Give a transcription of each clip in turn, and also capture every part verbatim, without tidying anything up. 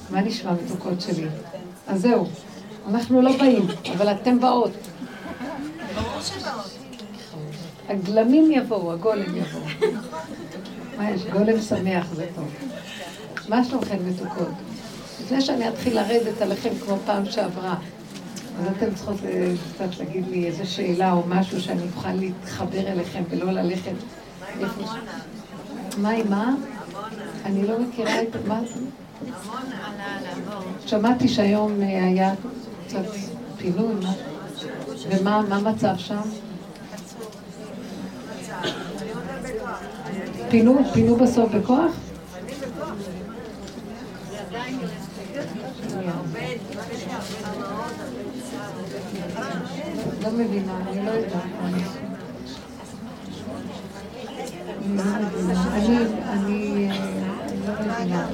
מה נשמע מתוקות שלי? אז זהו, אנחנו לא באים, אבל אתם באות. ברור שבאות. הגלמים יבואו, הגולם יבואו. מה יש? גולם שמח, זה טוב. מה שלומכם מתוקות? לפני שאני אתחיל לרדת עליכם כמו פעם שעברה, אז אתם צריכות קצת להגיד לי איזו שאלה או משהו שאני אוכל להתחבר אליכם ולא ללכת. מה עם עמונה? מה עם מה? אני לא מכירה את מה זה. שמעתי שהיום היה קצת פינוי, ומה המצב שם? פינו, פינו בסוף בכוח? לא מבינה, אני לא יודעת. אני לא מבינה. אני לא מבינה.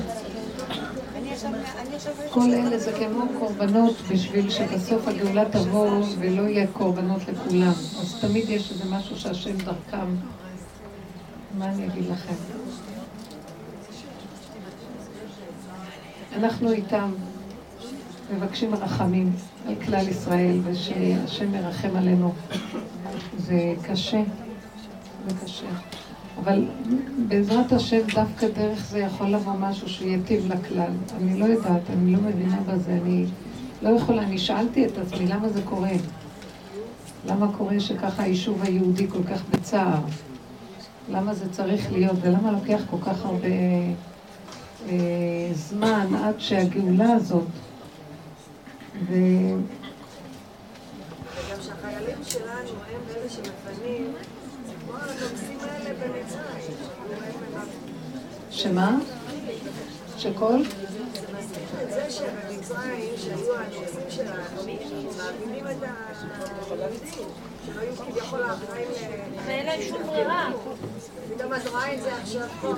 כל אלה זה כמו קורבנות בשביל שבסוף הגאולה תבוא ולא יהיה קורבנות לכולם. אז תמיד יש איזה משהו שהשם דרכם. מה אני אגיד לכם? אנחנו איתם מבקשים רחמים על כלל ישראל ושהשם מרחם עלינו. זה קשה, זה קשה. אבל בעזרת השם דווקא דרך זה יכול לבוא משהו שיטיב לכלל. אני לא יודעת, אני לא מבינה בזה, אני לא יכולה, אני שאלתי את עצמי למה זה קורה. למה קורה שככה היישוב היהודי כל כך בצער? למה זה צריך להיות ולמה לוקח כל כך הרבה אה, זמן עד שהגאולה הזאת ו... וגם שהחיילים שלנו הם אלה שמפנים כמו הנוגסים האלה במצרים. שמה? שכל? זה מזכיר את זה שבמצרים שהיו הנוגסים שלנו מעבידים את המיצים שלא היו כביכול האחראים ל... אבל אין להם שום ברירה. פתאום את רואה את זה עכשיו פה.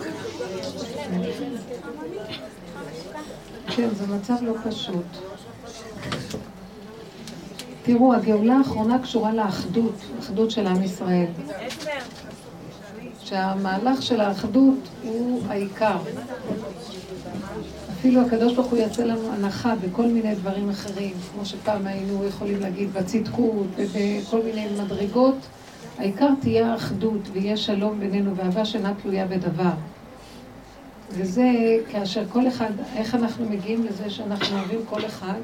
כן, זה מצב לא פשוט. תראו, הגאולה האחרונה קשורה לאחדות, האחדות של עם ישראל. שהמהלך של האחדות הוא העיקר. אפילו הקדוש ברוך הוא יעשה לנו הנחה בכל מיני דברים אחרים, כמו שפעם היינו יכולים להגיד בצדקות ובכל מיני מדרגות, העיקר תהיה האחדות ויהיה שלום בינינו ואהבה שאינה תלויה בדבר. וזה כאשר כל אחד, איך אנחנו מגיעים לזה שאנחנו אוהבים כל אחד,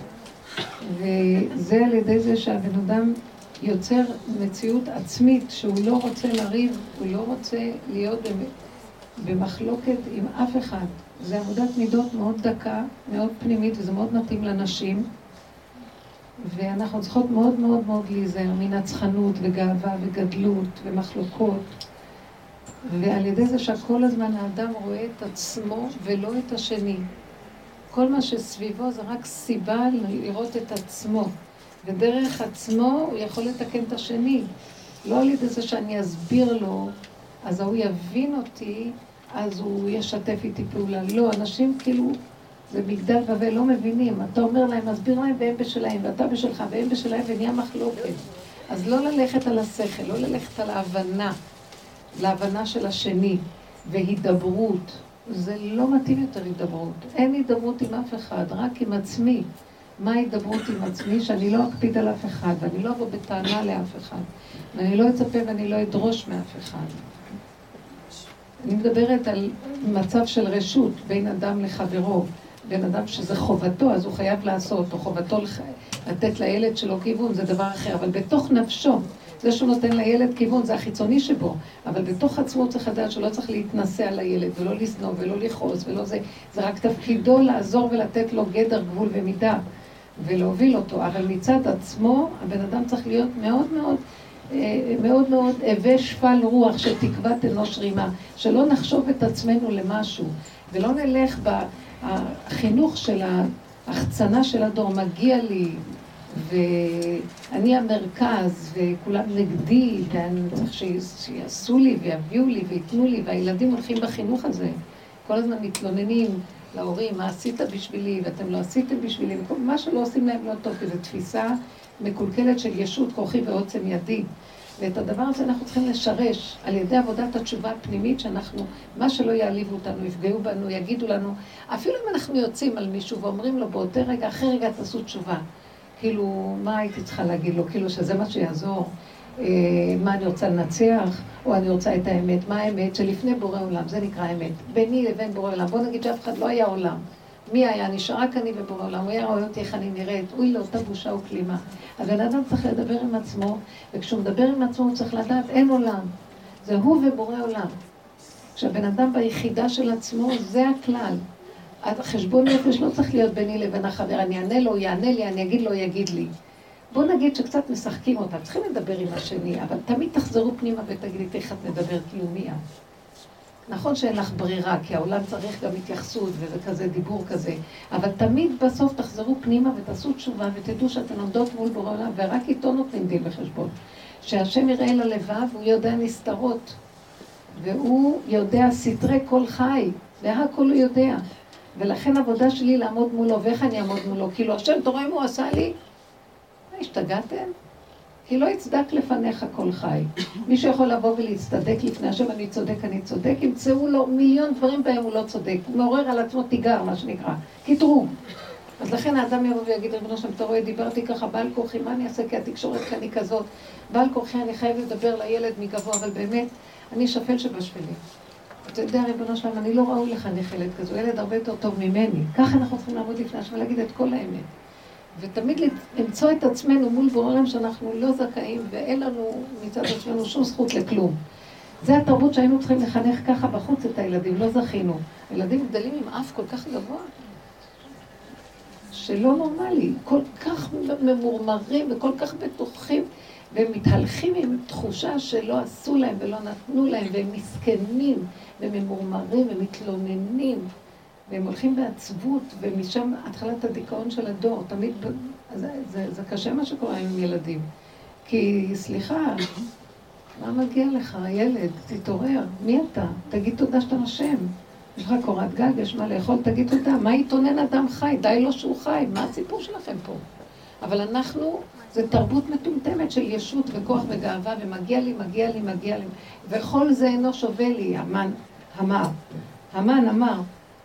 וזה על ידי זה שהבן אדם יוצר מציאות עצמית שהוא לא רוצה לריב, הוא לא רוצה להיות במחלוקת עם אף אחד. זה עבודת מידות מאוד דקה, מאוד פנימית, וזה מאוד מתאים לנשים. ואנחנו צריכות מאוד מאוד מאוד להיזהר מנצחנות וגאווה וגדלות ומחלוקות. ועל ידי זה שכל הזמן האדם רואה את עצמו ולא את השני. כל מה שסביבו זה רק סיבה לראות את עצמו. ודרך עצמו הוא יכול לתקן את השני. לא על ידי זה שאני אסביר לו, אז הוא יבין אותי, אז הוא ישתף איתי פעולה. לא, אנשים כאילו, זה מגדל בבל, לא מבינים. אתה אומר להם, מסביר להם והם בשלהם, ואתה בשלך והם בשלהם, ונהיה מחלוקת. אז לא ללכת על השכל, לא ללכת על ההבנה, להבנה של השני, והידברות. זה לא מתאים יותר הידברות. אין הידברות עם אף אחד, רק עם עצמי. מה הידברות עם עצמי? שאני לא אקפיד על אף אחד, ואני לא אבוא בטענה לאף אחד. ואני לא אצפה ואני לא אדרוש מאף אחד. אני מדברת על מצב של רשות בין אדם לחברו. בין אדם שזה חובתו, אז הוא חייב לעשות, או חובתו לח... לתת לילד שלו כיוון, זה דבר אחר. אבל בתוך נפשו, זה שהוא נותן לילד כיוון, זה החיצוני שבו. אבל בתוך עצמו צריך לדעת שלא צריך להתנסה על הילד, ולא לסנוע, ולא לכעוס, ולא זה. זה רק תפקידו לעזור ולתת לו גדר, גבול ומידה, ולהוביל אותו. אבל מצד עצמו, הבן אדם צריך להיות מאוד מאוד, מאוד מאוד הווה שפל רוח של תקוות אנוש רימה, שלא נחשוב את עצמנו למשהו, ולא נלך בחינוך של ההחצנה של הדור, מגיע לי, ואני המרכז, וכולם נגדי, ואני צריך שיעשו לי ויביאו לי ויתנו לי, והילדים הולכים בחינוך הזה. כל הזמן מתלוננים להורים, מה עשית בשבילי, ואתם לא עשיתם בשבילי, ומה שלא עושים להם לא טוב, כי זו תפיסה מקולקלת של ישות כוחי ועוצם ידי. ואת הדבר הזה אנחנו צריכים לשרש על ידי עבודת התשובה הפנימית, שאנחנו, מה שלא יעליבו אותנו, יפגעו בנו, יגידו לנו, אפילו אם אנחנו יוצאים על מישהו ואומרים לו באותו רגע, אחרי רגע תעשו תשובה. כאילו, מה הייתי צריכה להגיד לו? כאילו שזה מה שיעזור. אה, מה אני רוצה לנצח, או אני רוצה את האמת. מה האמת? שלפני בורא עולם, זה נקרא האמת. ביני לבין בורא עולם. בוא נגיד שאף אחד לא היה עולם. מי היה? נשאר רק אני ובורא עולם. הוא היה רואה אותי איך אני נראית. אוי לאותה בושה וכלימה. הבן אדם צריך לדבר עם עצמו, וכשהוא מדבר עם עצמו הוא צריך לדעת, אין עולם. זה הוא ובורא עולם. כשהבן אדם ביחידה של עצמו, זה הכלל. החשבון נפש לא צריך להיות ביני לבין החבר. אני אענה לו, יענה לי, אני אגיד לו, יגיד לי. בוא נגיד שקצת משחקים אותם. צריכים לדבר עם השני, אבל תמיד תחזרו פנימה ותגידי, איך את מדבר קיומיה. נכון שאין לך ברירה, כי העולם צריך גם התייחסות וכזה דיבור כזה, אבל תמיד בסוף תחזרו פנימה ותעשו תשובה ותדעו שאתן עומדות מול בורא עולם, ורק איתו נותנים דין וחשבון. שהשם יראה ללבב, הוא יודע נסתרות, והוא יודע סתרי כל חי, והכל הוא יודע. ולכן עבודה שלי לעמוד מולו, ואיך אני אעמוד מולו? כאילו השם, אתה רואה מה הוא עשה לי? מה, השתגעתם? כי לא יצדק לפניך כל חי. מי שיכול לבוא ולהצטדק לפני השם, אני צודק, אני צודק, ימצאו לו מיליון דברים בהם הוא לא צודק. הוא מעורר על עצמו תיגר, מה שנקרא, כתרום. אז לכן האדם יבוא ויגיד, רבנו שם, אתה רואה, דיברתי ככה, בעל כוחי, מה אני אעשה? כי התקשורת כאן היא כזאת. בעל כוחי, אני חייב לדבר לילד מגבוה, אבל באמת, אני שפל שבשפלים. אתה יודע, רבנו שם, אני לא ראוי לך נחלת כזו, ילד הרבה יותר טוב ממני. ככה אנחנו צריכים לעמוד לפני השם ולהגיד את כל האמת. ותמיד למצוא את עצמנו מול בורא עולם שאנחנו לא זכאים ואין לנו מצד עצמנו שום זכות לכלום. זה התרבות שהיינו צריכים לחנך ככה בחוץ את הילדים, לא זכינו. הילדים גדלים עם אף כל כך גבוה, שלא נורמלי, כל כך ממורמרים וכל כך בטוחים, והם מתהלכים עם תחושה שלא עשו להם ולא נתנו להם, והם מסכנים וממורמרים ומתלוננים. והם הולכים בעצבות, ומשם התחלת הדיכאון של הדור, תמיד, זה, זה, זה קשה מה שקורה עם ילדים. כי, סליחה, מה מגיע לך, ילד? תתעורר, מי אתה? תגיד תודה שאתה נושם. יש לך קורת גג, יש מה לאכול, תגיד תודה. מה יתונן אדם חי? די לו שהוא חי, מה הסיפור שלכם פה? אבל אנחנו, זה תרבות מטומטמת של ישות וכוח וגאווה, ומגיע לי, מגיע לי, מגיע לי. וכל זה אינו שווה לי, המן, אמר. המן אמר,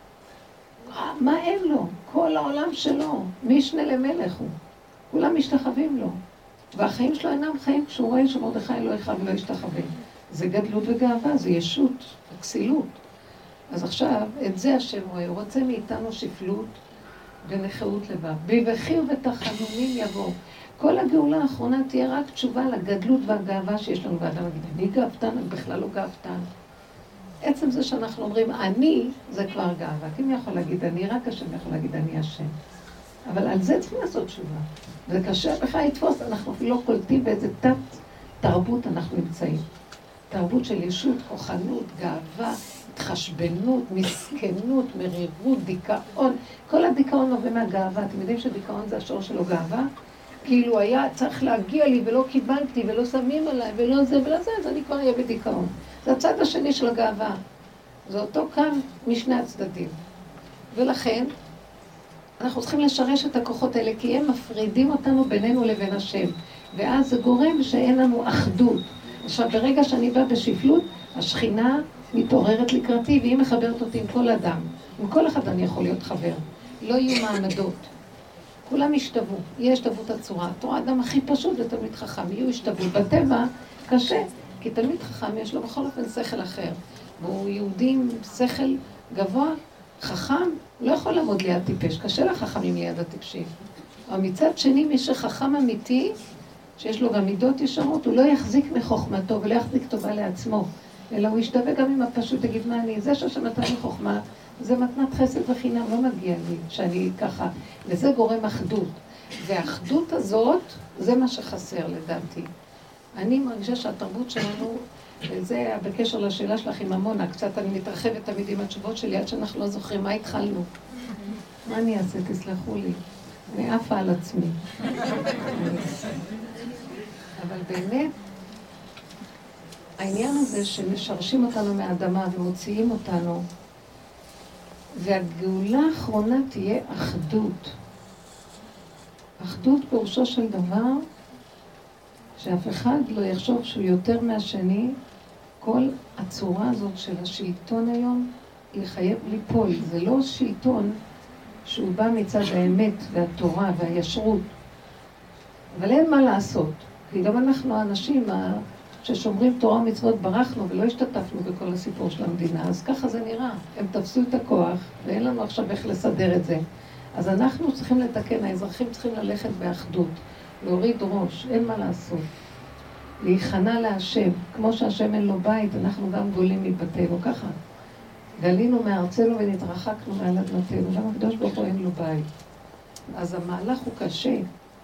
מה אין לו? כל העולם שלו, משנה למלך הוא. כולם משתחווים לו. והחיים שלו אינם חיים כשהוא רואה שמרדכי לא יכאב ולא ישתחווה. זה גדלות וגאווה, זה ישות, כסילות. אז עכשיו, את זה השם רואה, הוא רוצה מאיתנו שפלות ונכאות לבב. בבכי ובתחנונים יבוא. כל הגאולה האחרונה תהיה רק תשובה לגדלות והגאווה שיש לנו באדם הגידה. אני גאוותן, אני בכלל לא גאוותן. עצם זה שאנחנו אומרים, אני, זה כבר גאווה. כי מי יכול להגיד אני? רק השם יכול להגיד אני השם. אבל על זה צריכים לעשות תשובה. זה קשה בכלל לתפוס, אנחנו אפילו לא קולטים באיזה תת תרבות אנחנו נמצאים. תרבות של ישות, כוחנות, גאווה, התחשבנות, מסכנות, מרירות, דיכאון. כל הדיכאון נובע מהגאווה. אתם יודעים שדיכאון זה השור שלו גאווה? כאילו היה צריך להגיע לי ולא קיבלתי ולא שמים עליי ולא זה ולא זה, אז אני כבר אהיה בדיכאון. זה הצד השני של הגאווה. זה אותו קו משני הצדדים. ולכן, אנחנו צריכים לשרש את הכוחות האלה, כי הם מפרידים אותנו בינינו לבין השם. ואז זה גורם שאין לנו אחדות. עכשיו, ברגע שאני באה בשפלות, השכינה מתעוררת לקראתי, והיא מחברת אותי עם כל אדם. עם כל אחד אני יכול להיות חבר. לא יהיו מעמדות. כולם ישתוו. יהיה השתוות הצורה. התורה אדם הכי פשוט ותלמיד חכם. יהיו השתוות. בטבע קשה. כי תלמיד חכם יש לו בכל אופן שכל אחר. והוא יהודי עם שכל גבוה, חכם, לא יכול לעמוד ליד טיפש. קשה לחכמים ליד הטיפשים. אבל מצד שני, מי שחכם אמיתי, שיש לו גם מידות ישרות, הוא לא יחזיק מחוכמתו ולא יחזיק טובה לעצמו. אלא הוא ישתווה גם עם הפשוט, תגיד מה אני, זה שהשם נתן לי חוכמה, זה מתנת חסד וחינם, לא מגיע לי שאני ככה. וזה גורם אחדות. והאחדות הזאת, זה מה שחסר לדעתי. אני מרגישה שהתרבות שלנו, וזה בקשר לשאלה שלך עם המונה, קצת אני מתרחבת תמיד עם התשובות שלי, עד שאנחנו לא זוכרים מה התחלנו. מה אני אעשה? תסלחו לי. אני עפה על עצמי. אבל באמת, העניין הזה שמשרשים אותנו מהאדמה ומוציאים אותנו, והגאולה האחרונה תהיה אחדות. אחדות פירושו של דבר, שאף אחד לא יחשוב שהוא יותר מהשני. כל הצורה הזאת של השלטון היום היא חייב ליפול. זה לא שלטון שהוא בא מצד האמת והתורה והישרות. אבל אין מה לעשות. כי גם אנחנו האנשים ששומרים תורה ומצוות ברחנו ולא השתתפנו בכל הסיפור של המדינה. אז ככה זה נראה. הם תפסו את הכוח ואין לנו עכשיו איך לסדר את זה. אז אנחנו צריכים לתקן, האזרחים צריכים ללכת באחדות, להוריד ראש, אין מה לעשות. להיכנע להשם, כמו שהשם אין לו בית, אנחנו גם גולים מבתינו, ככה. גלינו מארצנו ונתרחקנו מעל אדמתנו, גם הקדוש ברוך הוא אין לו בית. אז המהלך הוא קשה.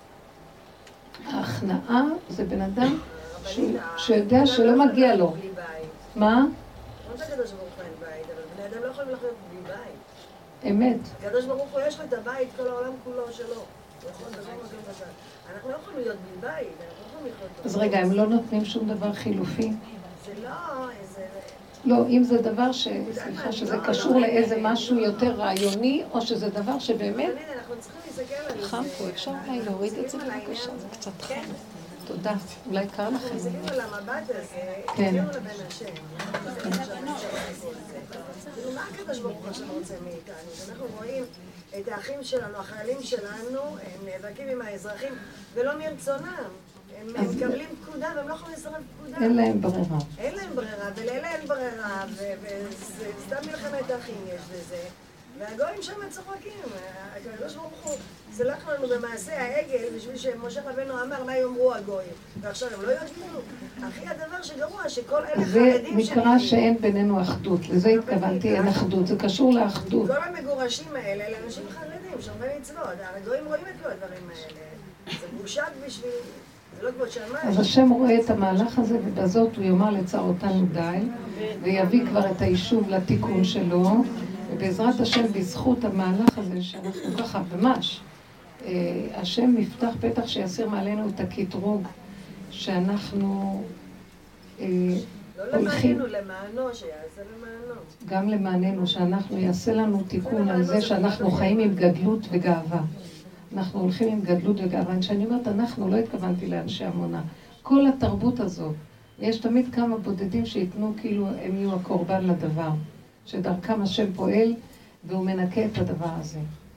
ההכנעה זה בן אדם שיודע שלא מגיע לו. מה? לא זה הקדוש ברוך הוא אין בית, אבל בני אדם לא יכולים לחיות בלי בית. אמת. הקדוש ברוך הוא יש לו את הבית, כל העולם כולו שלו. אנחנו לא יכולים להיות בלי בית, אנחנו לא יכולים לחיות... אז רגע, הם לא נותנים שום דבר חילופי? זה לא איזה... לא, אם זה דבר ש... סליחה, שזה קשור לאיזה משהו יותר רעיוני, או שזה דבר שבאמת... אנחנו צריכים להסתכל על זה. חם פה, אפשר אולי להוריד את זה בבקשה, זה קצת חם. תודה, אולי קר לכם. אנחנו מסתכלים על המבט הזה, הגיעו לבן השם. מה הקדוש ברוך הוא עכשיו רוצה מאיתנו? אנחנו רואים את האחים שלנו, החיילים שלנו, הם נאבקים עם האזרחים, ולא מרצונם. הם מקבלים פקודה והם לא יכולים לסרב פקודה. אין להם ברירה. אין להם ברירה, ולאלה אין ברירה, וסתם מלחמת האחים יש לזה. והגויים שם צוחקים, הקדוש ברוך הוא סלח לנו במעשה העגל בשביל שמשה רבנו אמר מה יאמרו הגויים, ועכשיו הם לא יודעים. אחי, הדבר שגרוע שכל אלה חרדים זה נקרא שאין בינינו אחדות, לזה התכוונתי, אין אחדות, זה קשור לאחדות. כל המגורשים האלה אלה אנשים חרדים, שומרי מצוות, הגויים רואים את כל הדברים האלה, זה בושה בשביל, זה לא כמו שמיים. אז השם רואה את המהלך הזה, ובזאת הוא יאמר לצרותינו די, ויביא כבר את היישוב לתיקון שלו, ובעזרת השם, בזכות המהלך הזה, שאנחנו ככה, ממש, השם יפתח פתח שיסיר מעלינו את הקטרוג, שאנחנו לא למעננו, למענו, שיעשה למענו. גם למעננו, שאנחנו יעשה לנו תיקון על זה שאנחנו חיים עם גדלות וגאווה. אנחנו הולכים עם גדלות וגאווה. כשאני אומרת, אנחנו לא התכוונתי לאנשי המונה. כל התרבות הזאת, יש תמיד כמה בודדים שיתנו כאילו הם יהיו הקורבן לדבר. שדרכם השם פועל והוא מנקה את הדבר הזה.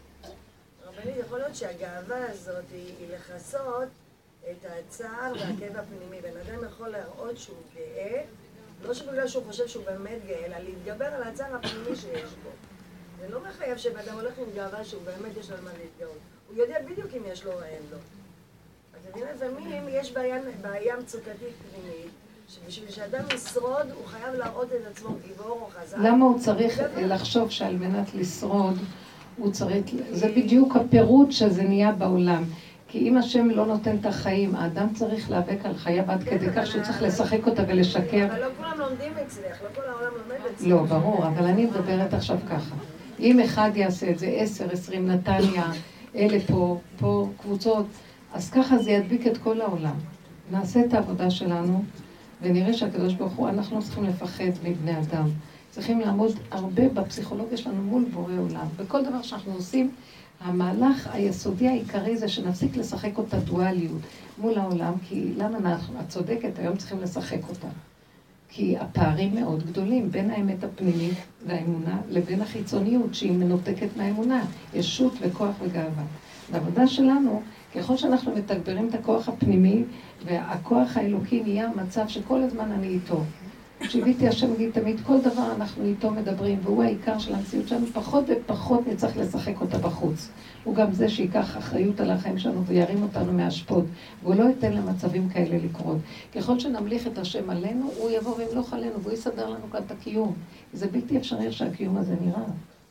רבנית, יכול להיות שהגאווה הזאת היא לחסות את הצער והכאב הפנימי. בן אדם יכול להראות שהוא גאה, לא שבגלל שהוא חושב שהוא באמת גאה, אלא להתגבר על הצער הפנימי שיש בו. זה לא מחייב שבאדם הולך עם גאווה שהוא באמת יש לו מה להתגאות. הוא יודע בדיוק אם יש לו או אין לו. אז מבינה, לפעמים יש בעיה, בעיה מצוקתית פנימית, שבשביל שאדם ישרוד, הוא חייב להראות את עצמו גיבור או חזק. למה הוא צריך לחשוב שעל מנת לשרוד, הוא צריך... זה בדיוק הפירוט שזה נהיה בעולם. כי אם השם לא נותן את החיים, האדם צריך להיאבק על חייו עד כדי כך שהוא צריך לשחק אותה ולשקר. אבל לא כולם לומדים אצלך, לא כל העולם לומד אצלך. לא, ברור, אבל אני מדברת עכשיו ככה. אם אחד יעשה את זה, עשר, עשרים, נתניה, אלה פה, פה קבוצות, אז ככה זה ידביק את כל העולם. נעשה את העבודה שלנו, ונראה שהקדוש ברוך הוא, אנחנו צריכים לפחד מבני אדם. צריכים לעמוד הרבה בפסיכולוגיה שלנו מול בורא עולם. בכל דבר שאנחנו עושים, המהלך היסודי העיקרי זה שנפסיק לשחק אותה דואליות מול העולם, כי למה אנחנו, את צודקת, היום צריכים לשחק אותה. כי הפערים מאוד גדולים בין האמת הפנימית והאמונה לבין החיצוניות שהיא מנותקת מהאמונה, ישות וכוח וגאווה. בעבודה שלנו, ככל שאנחנו מתגברים את הכוח הפנימי והכוח האלוקי נהיה מצב שכל הזמן אני איתו. כשהביתי השם גיד תמיד, כל דבר אנחנו איתו מדברים, והוא העיקר של המציאות שלנו, פחות ופחות נצטרך לשחק אותה בחוץ. הוא גם זה שיקח אחריות על החיים שלנו וירים אותנו מהשפוד, והוא לא ייתן למצבים כאלה לקרות. ככל שנמליך את השם עלינו, הוא יבוא וימלוך עלינו, והוא יסדר לנו כאן את הקיום. זה בלתי אפשרי שהקיום הזה נראה.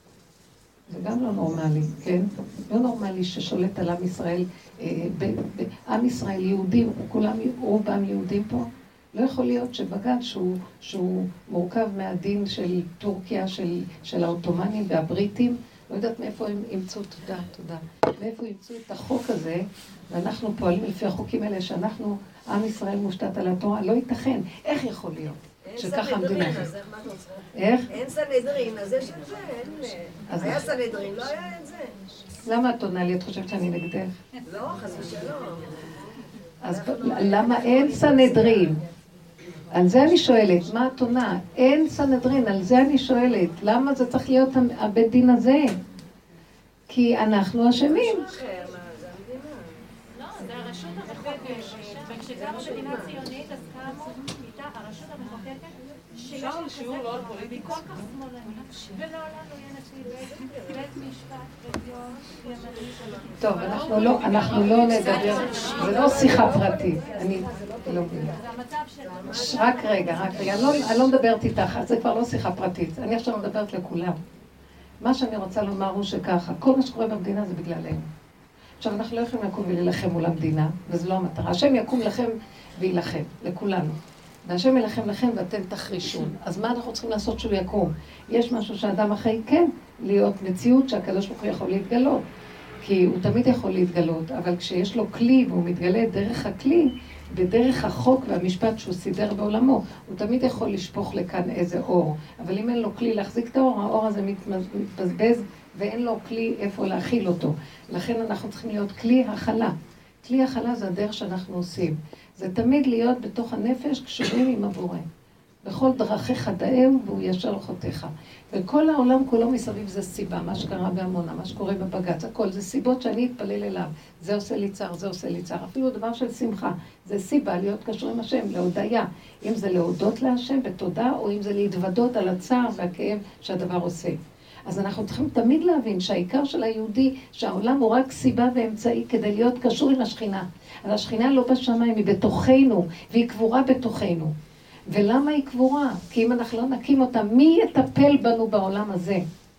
זה גם לא נורמלי, כן? לא נורמלי ששולט על עם ישראל, עם ישראל יהודים, כולם רובם יהודים פה. לא יכול להיות שבגד שהוא, שהוא מורכב מהדין של טורקיה, של, של האוטומנים והבריטים, לא יודעת מאיפה הם ימצאו, תודה, תודה, מאיפה ימצאו את החוק הזה, ואנחנו פועלים לפי החוקים האלה, שאנחנו, עם ישראל מושתת על התורה, לא ייתכן. איך יכול להיות שככה המדינה? איך? אין סנהדרין, אז יש את זה, אין... היה סנהדרין, לא היה את זה. למה את עונה לי? את חושבת שאני נגדך? לא, חס ושלום. אז למה אין סנהדרין? על זה אני שואלת, מה את עונה? אין סנהדרין, על זה אני שואלת. למה זה צריך להיות הבית דין הזה? כי אנחנו אשמים. לא, זה הרשות המחוקקת. וכשגרה מדינה ציונית, אז קמו איתה הרשות המחוקקת שיש כזה והיא כל כך שמאלנית, ולעולם לא יהיה נשיא בית משפט עליון ימני. טוב, אנחנו לא נדבר, זה לא שיחה פרטית. אני לא מבינה. זה המצב שלנו. רק רגע, רק רגע. אני לא מדברת איתך, זה כבר לא שיחה פרטית. אני עכשיו מדברת לכולם. מה שאני רוצה לומר הוא שככה, כל מה שקורה במדינה זה בגללנו. עכשיו, אנחנו לא יכולים לקום ולהילחם מול המדינה, וזו לא המטרה. השם יקום לכם וילחם, לכולנו. והשם ילחם לכם ואתם תחרישון. אז מה אנחנו צריכים לעשות שהוא יקום? יש משהו שאדם אחרי, כן, להיות מציאות שהקדוש ברוך הוא יכול להתגלות. כי הוא תמיד יכול להתגלות, אבל כשיש לו כלי והוא מתגלה דרך הכלי, בדרך החוק והמשפט שהוא סידר בעולמו, הוא תמיד יכול לשפוך לכאן איזה אור. אבל אם אין לו כלי להחזיק את האור, האור הזה מתבזבז ואין לו כלי איפה להכיל אותו. לכן אנחנו צריכים להיות כלי הכלה. כלי הכלה זה הדרך שאנחנו עושים. זה תמיד להיות בתוך הנפש קשורים עם הבורא. בכל דרכיך דאהו והוא ישר חותיך. וכל העולם כולו מסביב זה סיבה, מה שקרה בעמונה, מה שקורה בבג"ץ, הכל זה סיבות שאני אתפלל אליו. זה עושה לי צער, זה עושה לי צער. אפילו דבר של שמחה, זה סיבה להיות קשור עם השם, להודיה. אם זה להודות להשם בתודה, או אם זה להתוודות על הצער והכאב שהדבר עושה. אז אנחנו צריכים תמיד להבין שהעיקר של היהודי, שהעולם הוא רק סיבה ואמצעי כדי להיות קשור עם השכינה. אבל השכינה לא בשמיים, היא בתוכנו, והיא קבורה בתוכנו. ולמה היא קבורה? כי אם אנחנו לא נקים אותה, מי יטפל בנו בעולם הזה?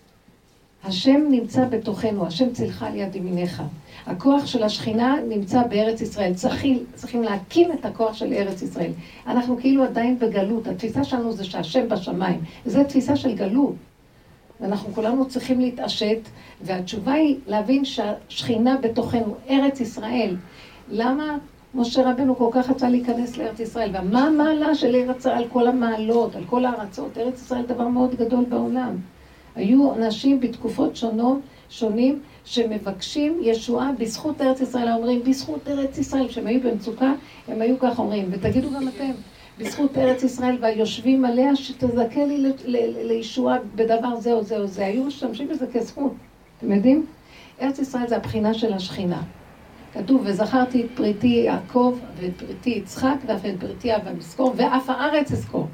השם נמצא בתוכנו, השם צילך על יד ימיניך. הכוח של השכינה נמצא בארץ ישראל. צריכים, צריכים להקים את הכוח של ארץ ישראל. אנחנו כאילו עדיין בגלות. התפיסה שלנו זה שהשם בשמיים. וזו תפיסה של גלות. ואנחנו כולנו צריכים להתעשת, והתשובה היא להבין שהשכינה בתוכנו, ארץ ישראל. למה משה רבנו כל כך רצה להיכנס לארץ ישראל? ומה המעלה של ארץ ישראל על כל המעלות, על כל הארצות? ארץ ישראל דבר מאוד גדול בעולם. היו אנשים בתקופות שונות, שונים, שמבקשים ישועה בזכות ארץ ישראל. אומרים, בזכות ארץ ישראל, כשהם היו במצוקה, הם היו כך אומרים, ותגידו גם אתם, בזכות ארץ ישראל והיושבים עליה, שתזכה לי לישועה בדבר זה או זה או זה. היו משתמשים בזה כזכות. אתם יודעים? ארץ ישראל זה הבחינה של השכינה. כתוב, וזכרתי את פריתי יעקב, ואת פריתי יצחק, ואף את פריתי אברהם אזכור, ואף הארץ אזכור.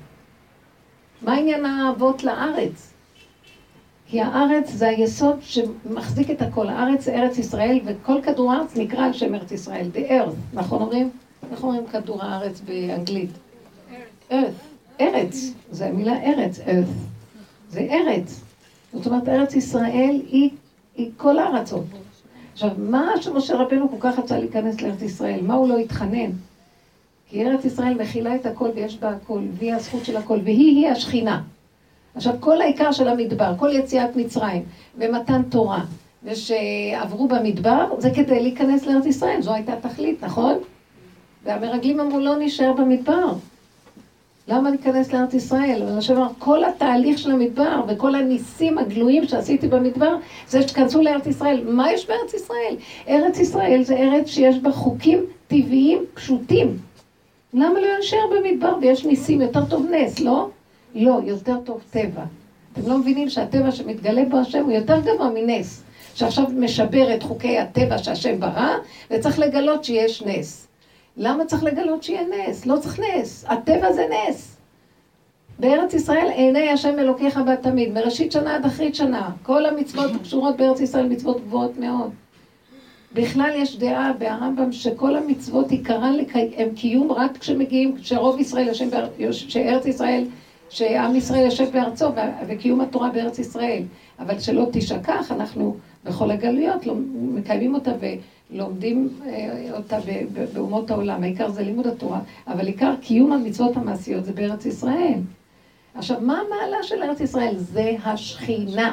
מה עניין האבות לארץ? כי הארץ זה היסוד שמחזיק את הכל. הארץ זה ארץ ישראל, וכל כדור הארץ נקרא על שם ארץ ישראל. The earth, נכון אומרים? איך אומרים כדור הארץ באנגלית? earth. ארץ. זה המילה ארץ, earth. זה ארץ. זאת אומרת, ארץ ישראל היא, היא כל הארצות. עכשיו, מה שמשה רבנו כל כך רצה להיכנס לארץ ישראל? מה הוא לא התחנן? כי ארץ ישראל מכילה את הכל ויש בה הכל, והיא הזכות של הכל, והיא היא השכינה. עכשיו, כל העיקר של המדבר, כל יציאת מצרים ומתן תורה, ושעברו במדבר, זה כדי להיכנס לארץ ישראל. זו הייתה תכלית, נכון? והמרגלים אמרו, לא נשאר במדבר. למה להיכנס לארץ ישראל? ואנשים אמרו, כל התהליך של המדבר וכל הניסים הגלויים שעשיתי במדבר, זה שתכנסו לארץ ישראל. מה יש בארץ ישראל? ארץ ישראל זה ארץ שיש בה חוקים טבעיים פשוטים. למה לא נשאר במדבר ויש ניסים? יותר טוב נס, לא? לא, יותר טוב טבע. אתם לא מבינים שהטבע שמתגלה בו השם הוא יותר גבוה מנס. שעכשיו משבר את חוקי הטבע שהשם ברא, וצריך לגלות שיש נס. למה צריך לגלות שיהיה נס? לא צריך נס. הטבע זה נס. בארץ ישראל עיני השם אלוקיך בה תמיד, מראשית שנה עד אחרית שנה. כל המצוות קשורות בארץ ישראל מצוות גבוהות מאוד. בכלל יש דעה ברמב"ם שכל המצוות עיקרן הם קיום רק כשמגיעים, כשרוב ישראל יושב, שארץ ישראל, שעם ישראל יושב בארצו וקיום התורה בארץ ישראל. אבל שלא תשכח, אנחנו בכל הגלויות לא מקיימים אותה ולומדים אותה באומות העולם. העיקר זה לימוד התורה, אבל עיקר קיום המצוות המעשיות זה בארץ ישראל. עכשיו, מה המעלה של ארץ ישראל? זה השכינה.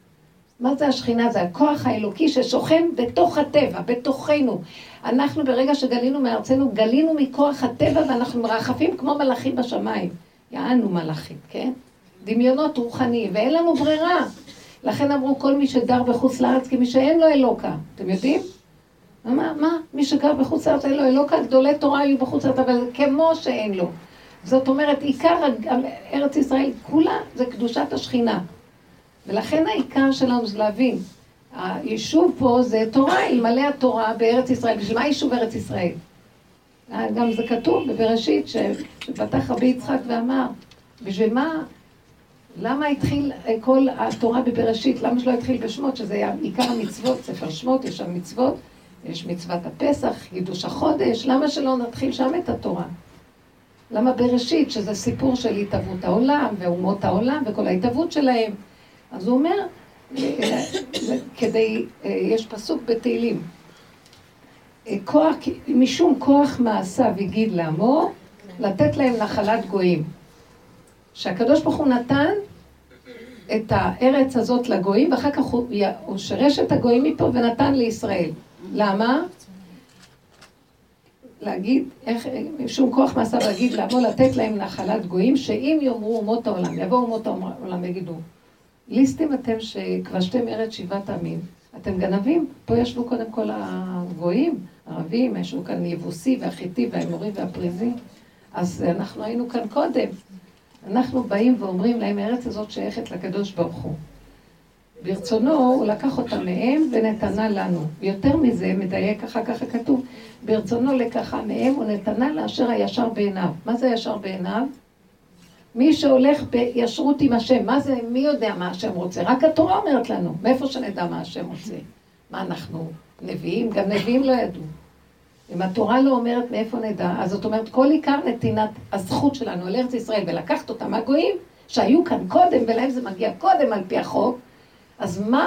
מה זה השכינה? זה הכוח האלוקי ששוכן בתוך הטבע, בתוכנו. אנחנו ברגע שגלינו מארצנו, גלינו מכוח הטבע ואנחנו מרחפים כמו מלאכים בשמיים. יענו מלאכים, כן? דמיונות רוחניים, ואין לנו ברירה. לכן אמרו כל מי שדר בחוץ לארץ כמי שאין לו אלוקה. אתם יודעים? מה, מה? מי שגר בחוץ לארץ, אין לו, לא כאן גדולי תורה היו בחוץ לארץ, אבל כמו שאין לו. זאת אומרת, עיקר ארץ ישראל כולה זה קדושת השכינה. ולכן העיקר שלנו זה להבין. היישוב פה זה תורה, אלמלא התורה בארץ ישראל. בשביל מה יישוב ארץ ישראל? גם זה כתוב בבראשית, שפתח רבי יצחק ואמר, בשביל מה, למה התחיל כל התורה בבראשית? למה שלא התחיל בשמות, שזה היה עיקר המצוות, ספר שמות, יש שם מצוות, יש מצוות הפסח, קידוש החודש, למה שלא נתחיל שם את התורה? למה בראשית, שזה סיפור של התהוות העולם, ואומות העולם, וכל ההתהוות שלהם? אז הוא אומר, כדי, יש פסוק בתהילים, כוח, משום כוח מעשיו הגיד לעמו, לתת להם נחלת גויים. שהקדוש ברוך הוא נתן את הארץ הזאת לגויים, ואחר כך הוא, הוא שרש את הגויים מפה ונתן לישראל. למה? להגיד, איך, משום כוח מעשיו להגיד לעמו, לתת להם נחלת גויים, שאם יאמרו אומות העולם, יבואו אומות העולם יגידו, ליסטים אתם שכבשתם ארץ שבעת עמים, אתם גנבים? פה ישבו קודם כל הגויים, ערבים, ישבו כאן יבוסי והחיטי והאמורי והפריזי, אז אנחנו היינו כאן קודם. אנחנו באים ואומרים להם, הארץ הזאת שייכת לקדוש ברוך הוא. ברצונו הוא לקח אותה מהם ונתנה לנו. יותר מזה, מדייק אחר כך כתוב, ברצונו לקחה מהם ונתנה לאשר הישר בעיניו. מה זה הישר בעיניו? מי שהולך בישרות עם השם. מה זה? מי יודע מה השם רוצה? רק התורה אומרת לנו. מאיפה שנדע מה השם רוצה? מה אנחנו נביאים? גם נביאים לא ידעו. אם התורה לא אומרת מאיפה נדע, אז זאת אומרת, כל עיקר נתינת הזכות שלנו על ארץ ישראל, ולקחת אותם מהגויים, שהיו כאן קודם, ולהם זה מגיע קודם על פי החוק, אז מה?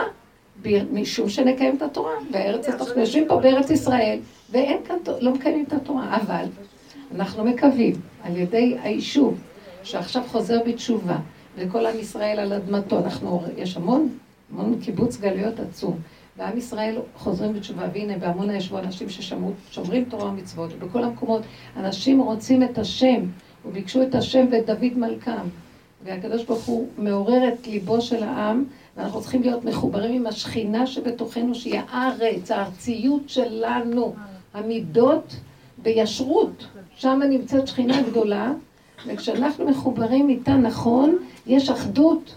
משום שנקיים את התורה, והארץ, אנחנו יושבים פה בארץ ישראל, ואין כאן, לא מקיימים את התורה, אבל אנחנו מקווים, על ידי היישוב, שעכשיו חוזר בתשובה, וכל עם ישראל על אדמתו, אנחנו, יש המון, המון קיבוץ גלויות עצום, ועם ישראל חוזרים בתשובה, והנה בעמונה ישבו אנשים ששומרים תורה ומצוות, ובכל המקומות אנשים רוצים את השם, וביקשו את השם ואת דוד מלכם, והקדוש ברוך הוא מעורר את ליבו של העם, ואנחנו צריכים להיות מחוברים עם השכינה שבתוכנו, שהיא הארץ, הארציות שלנו, המידות בישרות, שם נמצאת שכינה גדולה, וכשאנחנו מחוברים איתה נכון, יש אחדות,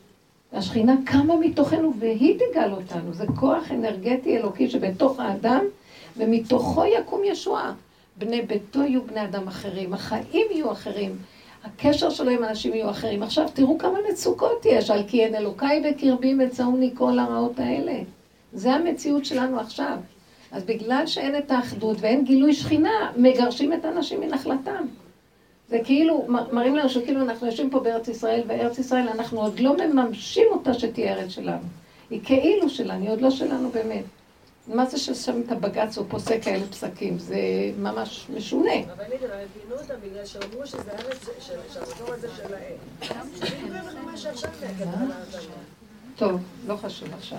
השכינה קמה מתוכנו והיא תגל אותנו. זה כוח אנרגטי אלוקי שבתוך האדם, ומתוכו יקום ישועה. בני ביתו יהיו בני אדם אחרים, החיים יהיו אחרים, הקשר שלו עם אנשים יהיו אחרים. עכשיו תראו כמה מצוקות יש, על כי אין אלוקיי בקרבי מצאוני כל הרעות האלה. זה המציאות שלנו עכשיו. אז בגלל שאין את האחדות ואין גילוי שכינה, מגרשים את האנשים מנחלתם. זה כאילו, מראים לנו שכאילו אנחנו יושבים פה בארץ ישראל, וארץ ישראל אנחנו עוד לא מממשים אותה שתהיה ארץ שלנו. היא כאילו שלנו, היא עוד לא שלנו באמת. מה זה ששם את הבג"ץ או פוסק כאלה פסקים? זה ממש משונה. אבל אני לא הבינו אותה בגלל שאמרו שזה ארץ, שהמקום הזה שלהם. שזה מה שעכשיו נגד. טוב, לא חשוב עכשיו.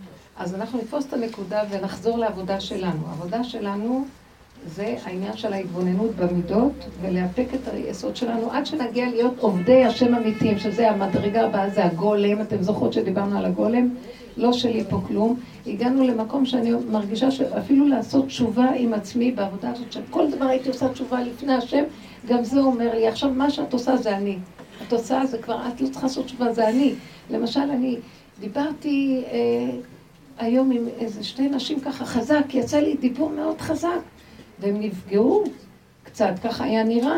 אז אנחנו נתפוס את הנקודה ונחזור לעבודה שלנו. העבודה שלנו זה העניין של ההתבוננות במידות, ולהפק את היסוד שלנו עד שנגיע להיות עובדי השם אמיתיים, שזה המדרגה הבאה, זה הגולם. אתם זוכרות שדיברנו על הגולם? לא שלי פה כלום. הגענו למקום שאני מרגישה שאפילו לעשות תשובה עם עצמי בעבודה הזאת, שכל דבר הייתי עושה תשובה לפני השם, גם זה אומר לי, עכשיו מה שאת עושה זה אני. התוצאה זה כבר, את לא צריכה לעשות תשובה, זה אני. למשל, אני דיברתי אה, היום עם איזה שתי נשים ככה חזק, יצא לי דיבור מאוד חזק, והם נפגעו קצת, ככה היה נראה.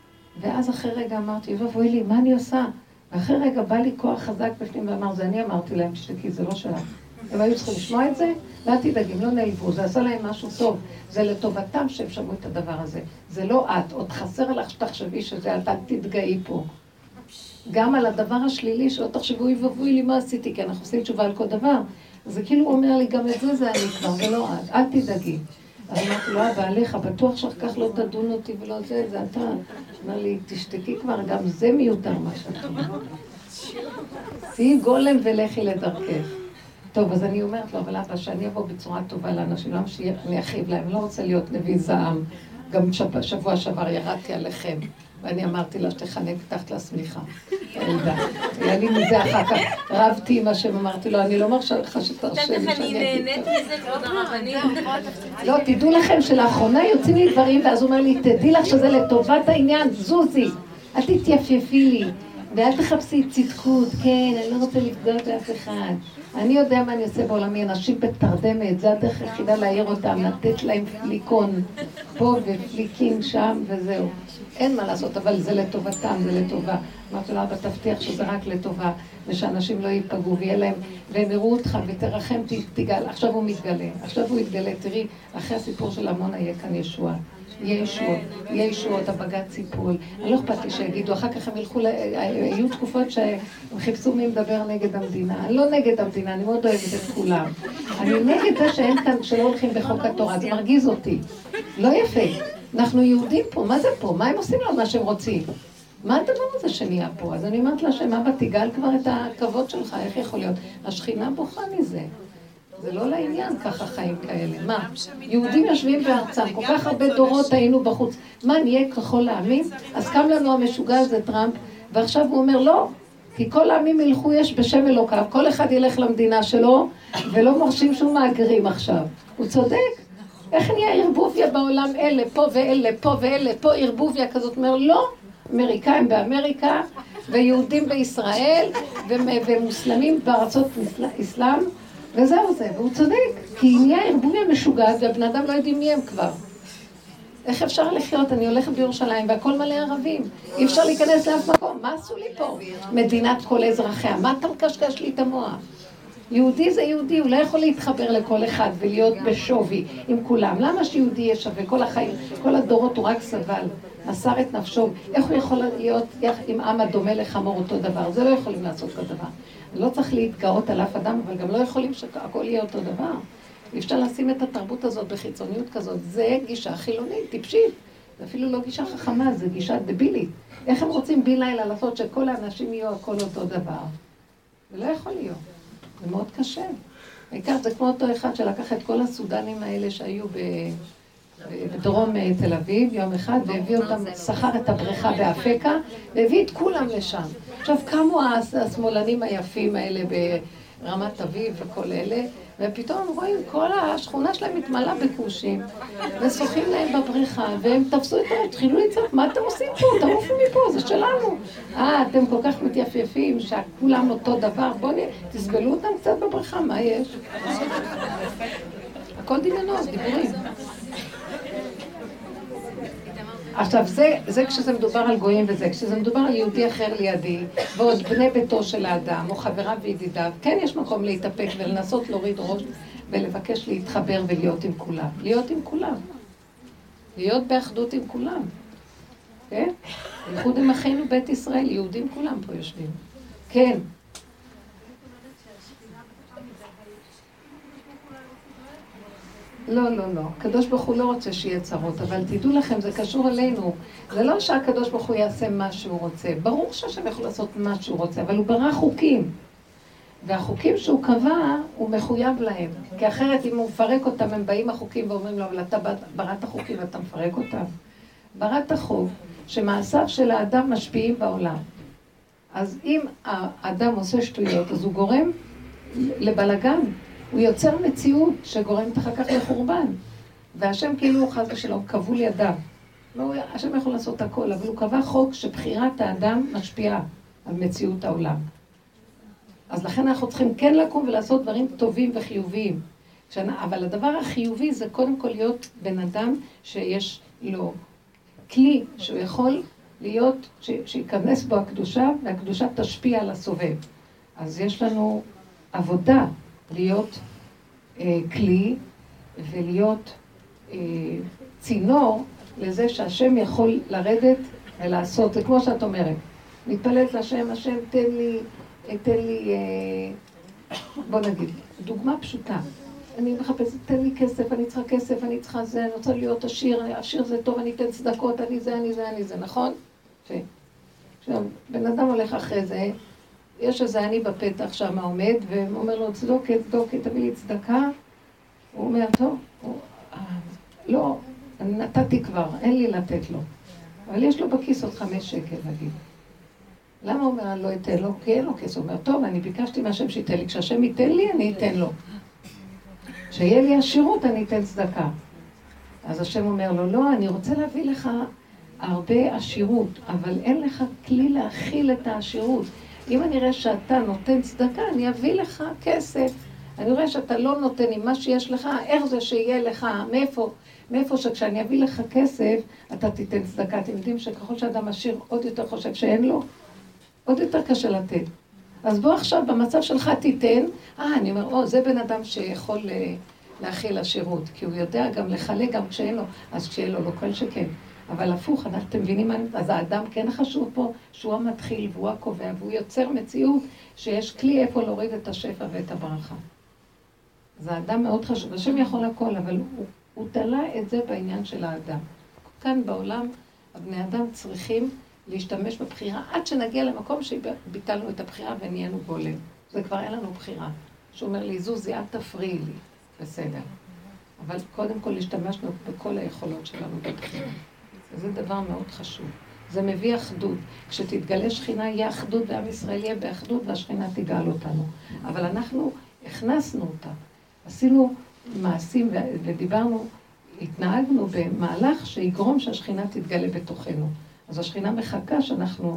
ואז אחרי רגע אמרתי, ובואי לי, מה אני עושה? ואחרי רגע בא לי כוח חזק בפנים ואמר, זה אני אמרתי להם, תשתקי, זה לא שלך. הם היו צריכים לשמוע את זה, לא תדאגים, לא נעלבו, זה עשה להם משהו טוב. זה לטובתם שהם שמעו את הדבר הזה. זה לא את, עוד חסר לך שתחשבי שזה, את תתגאי פה. גם על הדבר השלילי שלא תחשבו, ובואי לי, מה עשיתי? כי אנחנו עושים תשובה על כל דבר. אז זה כאילו אומר לי, גם את זה זה אני כבר, ולא את, אל תדאגי. אז אמרתי לו, אבא, עליך, בטוח שאחר כך לא תדון אותי ולא זה, זה אתה. אמר לי, תשתקי כבר, גם זה מיותר מה שאת אומרת. תהי גולם ולכי לדרכך. טוב, אז אני אומרת לו, אבל אבא, שאני אבוא בצורה טובה לאנשים, למה שאני אחיב להם, לא רוצה להיות נביא זעם. גם שבוע שעבר ירדתי עליכם. ואני אמרתי לה שתחנק תחת לשמיכה. ילדה. היה לי מזה אחר כך, רבתי עם השם, אמרתי לו, אני לא מרשה לך שתרשה לי שאני אגיד. אני נהנית מזה, כבוד הרבנית. לא, תדעו לכם שלאחרונה יוצאים לי דברים, ואז הוא אומר לי, תדעי לך שזה לטובת העניין, זוזי, אל תתייפייפי לי, ואל תחפשי צדקות, כן, אני לא רוצה לפגוע באף אחד. אני יודע מה אני עושה בעולמי, אנשים בתרדמת, זה הדרך היחידה להעיר אותם, לתת להם פליקון פה ופליקים שם וזהו. אין מה לעשות, אבל זה לטובתם, זה לטובה. אמרתי לו, אבא, תבטיח שזה רק לטובה, ושאנשים לא ייפגעו ויהיה להם, והם יראו אותך ותרחם, תגל. עכשיו הוא מתגלה, עכשיו הוא יתגלה, תראי, אחרי הסיפור של עמונה יהיה כאן ישועה. יהיה ישועות, יהיה ישועות, הבג"ץ ייפול. אני לא אכפת לי שיגידו, אחר כך הם ילכו, היו תקופות שהם חיפשו מי מדבר נגד המדינה. אני לא נגד המדינה, אני מאוד אוהבת את כולם. אני נגד זה שאין כאן, שלא הולכים בחוק התורה, זה מרגיז אותי. לא יפה. אנחנו יהודים פה, מה זה פה? מה הם עושים לו מה שהם רוצים? מה הדבר הזה שנהיה פה? אז אני אומרת לה שמה, תגל כבר את הכבוד שלך, איך יכול להיות? השכינה בוכה מזה. זה לא לעניין ככה חיים כאלה. מה? יהודים יושבים בארצם, כל כך הרבה דורות היינו בחוץ. מה, נהיה ככל לעמים? אז קם לנו המשוגע הזה טראמפ, ועכשיו הוא אומר לא, כי כל העמים ילכו יש בשם אלוקיו, כל אחד ילך למדינה שלו, ולא מרשים שום מאגרים עכשיו. הוא צודק. איך נהיה ערבוביה בעולם אלה, פה ואלה, פה ואלה, פה ערבוביה כזאת? אומר לא, אמריקאים באמריקה, ויהודים בישראל, ומוסלמים בארצות אסלאם, וזהו זה, והוא צודק, כי נהיה ערבוביה משוגעת, והבן אדם לא יודעים מי הם כבר. איך אפשר לחיות? אני הולכת בירושלים, והכל מלא ערבים. אי אפשר להיכנס לאף מקום. מה עשו לי פה? מדינת כל אזרחיה. מה אתה מקשקש לי את המוח? יהודי זה יהודי, הוא לא יכול להתחבר לכל אחד ולהיות בשווי עם כולם. למה שיהודי יהיה שווה? כל החיים, כל הדורות הוא רק סבל. מסר את נפשו. איך הוא יכול להיות עם עם הדומה לחמור אותו דבר? זה לא יכולים לעשות את הדבר. לא צריך להתגאות על אף אדם, אבל גם לא יכולים שהכל יהיה אותו דבר. אי אפשר לשים את התרבות הזאת בחיצוניות כזאת. זה גישה חילונית, טיפשית. זה אפילו לא גישה חכמה, זה גישה דבילית. איך הם רוצים בי לילה לעשות שכל האנשים יהיו הכל אותו דבר? זה לא יכול להיות. זה מאוד קשה. העיקר זה כמו אותו אחד שלקח את כל הסודנים האלה שהיו ב... בדרום תל אביב, יום אחד, והביא אותם, שכר את הבריכה באפקה, והביא את כולם לשם. עכשיו, קמו השמאלנים היפים האלה ברמת אביב וכל אלה, ופתאום רואים, כל השכונה שלהם מתמלאה בקושים, ושוחים להם בבריכה, והם תפסו את הראש, התחילו לצעוק, מה אתם עושים פה? תעופו מפה, זה שלנו. אה, אתם כל כך מתייפייפים, שכולם אותו דבר, בואו תסבלו אותם קצת בבריכה, מה יש? הכל דמיונות, דיבורים. עכשיו, זה, זה כשזה מדובר על גויים וזה, כשזה מדובר על יהודי אחר לידי, ועוד בני ביתו של האדם, או חבריו וידידיו, כן יש מקום להתאפק ולנסות להוריד ראש ולבקש להתחבר ולהיות עם כולם. להיות עם כולם. להיות באחדות עם כולם. כן? בייחוד עם אחינו בית ישראל, יהודים כולם פה יושבים. כן. לא, לא, לא. הקדוש ברוך הוא לא רוצה שיהיה צרות, אבל תדעו לכם, זה קשור אלינו. זה לא שהקדוש ברוך הוא יעשה מה שהוא רוצה. ברור שהשם יכול לעשות מה שהוא רוצה, אבל הוא ברא חוקים. והחוקים שהוא קבע, הוא מחויב להם. כי אחרת, אם הוא מפרק אותם, הם באים החוקים ואומרים לו, אבל אתה בראת החוקים ואתה מפרק אותם. בראת החוק, שמעשיו של האדם משפיעים בעולם. אז אם האדם עושה שטויות, אז הוא גורם לבלגן. הוא יוצר מציאות שגורמת אחר כך לחורבן. והשם כאילו הוא חס ושלום, כבול ידיו. לא, השם יכול לעשות הכל, אבל הוא קבע חוק שבחירת האדם משפיעה על מציאות העולם. אז לכן אנחנו צריכים כן לקום ולעשות דברים טובים וחיוביים. אבל הדבר החיובי זה קודם כל להיות בן אדם שיש לו כלי שהוא יכול להיות, ש- שיכנס בו הקדושה, והקדושה תשפיע על הסובב. אז יש לנו עבודה להיות אה, כלי ולהיות אה, צינור לזה שהשם יכול לרדת ולעשות. זה כמו שאת אומרת, מתפללת לשם, השם תן לי, תן לי, אה, בוא נגיד, דוגמה פשוטה. אני מחפשת, תן לי כסף, אני צריכה כסף, אני צריכה זה, אני רוצה להיות עשיר, עשיר זה טוב, אני אתן צדקות, אני זה, אני זה, אני זה, נכון? ש... עכשיו, בן אדם הולך אחרי זה, יש איזה אני בפתח שם עומד, והוא אומר לו, צדוקת, צדוקת, תביא לי צדקה. הוא אומר, טוב, הוא, לא, אני נתתי כבר, אין לי לתת לו. אבל יש לו בכיס עוד חמש שקל, נגיד. למה הוא אומר, אני לא אתן לו? כי אין לו כסף. הוא אומר, טוב, אני ביקשתי מהשם שייתן לי. כשהשם ייתן לי, אני אתן לו. כשיהיה לי עשירות, אני אתן צדקה. אז השם אומר לו, לא, אני רוצה להביא לך הרבה עשירות, אבל אין לך כלי להכיל את העשירות. אם אני רואה שאתה נותן צדקה, אני אביא לך כסף. אני רואה שאתה לא נותן עם מה שיש לך, איך זה שיהיה לך, מאיפה, מאיפה שכשאני אביא לך כסף, אתה תיתן צדקה. אתם יודעים שככל שאדם עשיר עוד יותר חושב שאין לו, עוד יותר קשה לתת. אז בוא עכשיו במצב שלך תיתן, אה, אני אומר, או, זה בן אדם שיכול להכיל עשירות, כי הוא יודע גם לחלק גם כשאין לו, אז כשיהיה לו, לא כל שכן. אבל הפוך, אתם מבינים מה? אז האדם כן חשוב פה, שהוא המתחיל והוא הקובע, והוא יוצר מציאות שיש כלי איפה להוריד את השפע ואת הברכה. אז האדם מאוד חשוב, השם יכול הכל, אבל הוא, הוא תלה את זה בעניין של האדם. כאן בעולם, הבני אדם צריכים להשתמש בבחירה, עד שנגיע למקום שביטלנו את הבחירה ונהיינו גולם. זה כבר אין לנו בחירה. שהוא אומר לי, זוזי, אל תפריעי לי. בסדר. אבל קודם כל השתמשנו בכל היכולות שלנו בבחירה. זה דבר מאוד חשוב. זה מביא אחדות. כשתתגלה שכינה יהיה אחדות, ועם ישראל יהיה באחדות, והשכינה תגאל אותנו. אבל אנחנו הכנסנו אותה. עשינו מעשים ודיברנו, התנהגנו במהלך שיגרום שהשכינה תתגלה בתוכנו. אז השכינה מחכה שאנחנו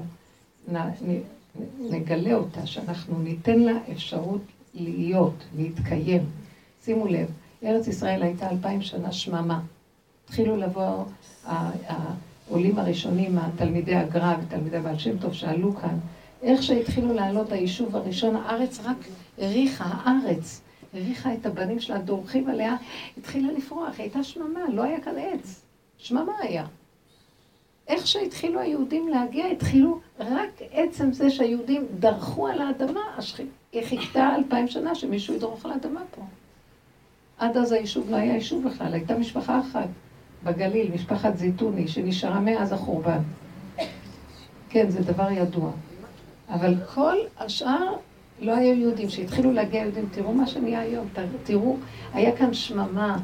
נגלה אותה, שאנחנו ניתן לה אפשרות להיות, להתקיים. שימו לב, ארץ ישראל הייתה אלפיים שנה שממה. התחילו לבוא העולים הראשונים, התלמידי הגר"א ותלמידי בעל שם טוב שעלו כאן. איך שהתחילו לעלות היישוב הראשון, הארץ רק הריחה, הארץ הריחה את הבנים שלה, דורכים עליה, התחילה לפרוח, הייתה שממה, לא היה כאן עץ, שממה היה. איך שהתחילו היהודים להגיע, התחילו רק עצם זה שהיהודים דרכו על האדמה, היא חיכתה אלפיים שנה שמישהו ידרוך על האדמה פה. עד אז היישוב לא היה יישוב בכלל, הייתה משפחה אחת בגליל, משפחת זיתוני, שנשארה מאז החורבן. כן, זה דבר ידוע. אבל כל השאר לא היו יהודים, שהתחילו להגיע יהודים, תראו מה שנהיה היום, תראו, היה כאן שממה,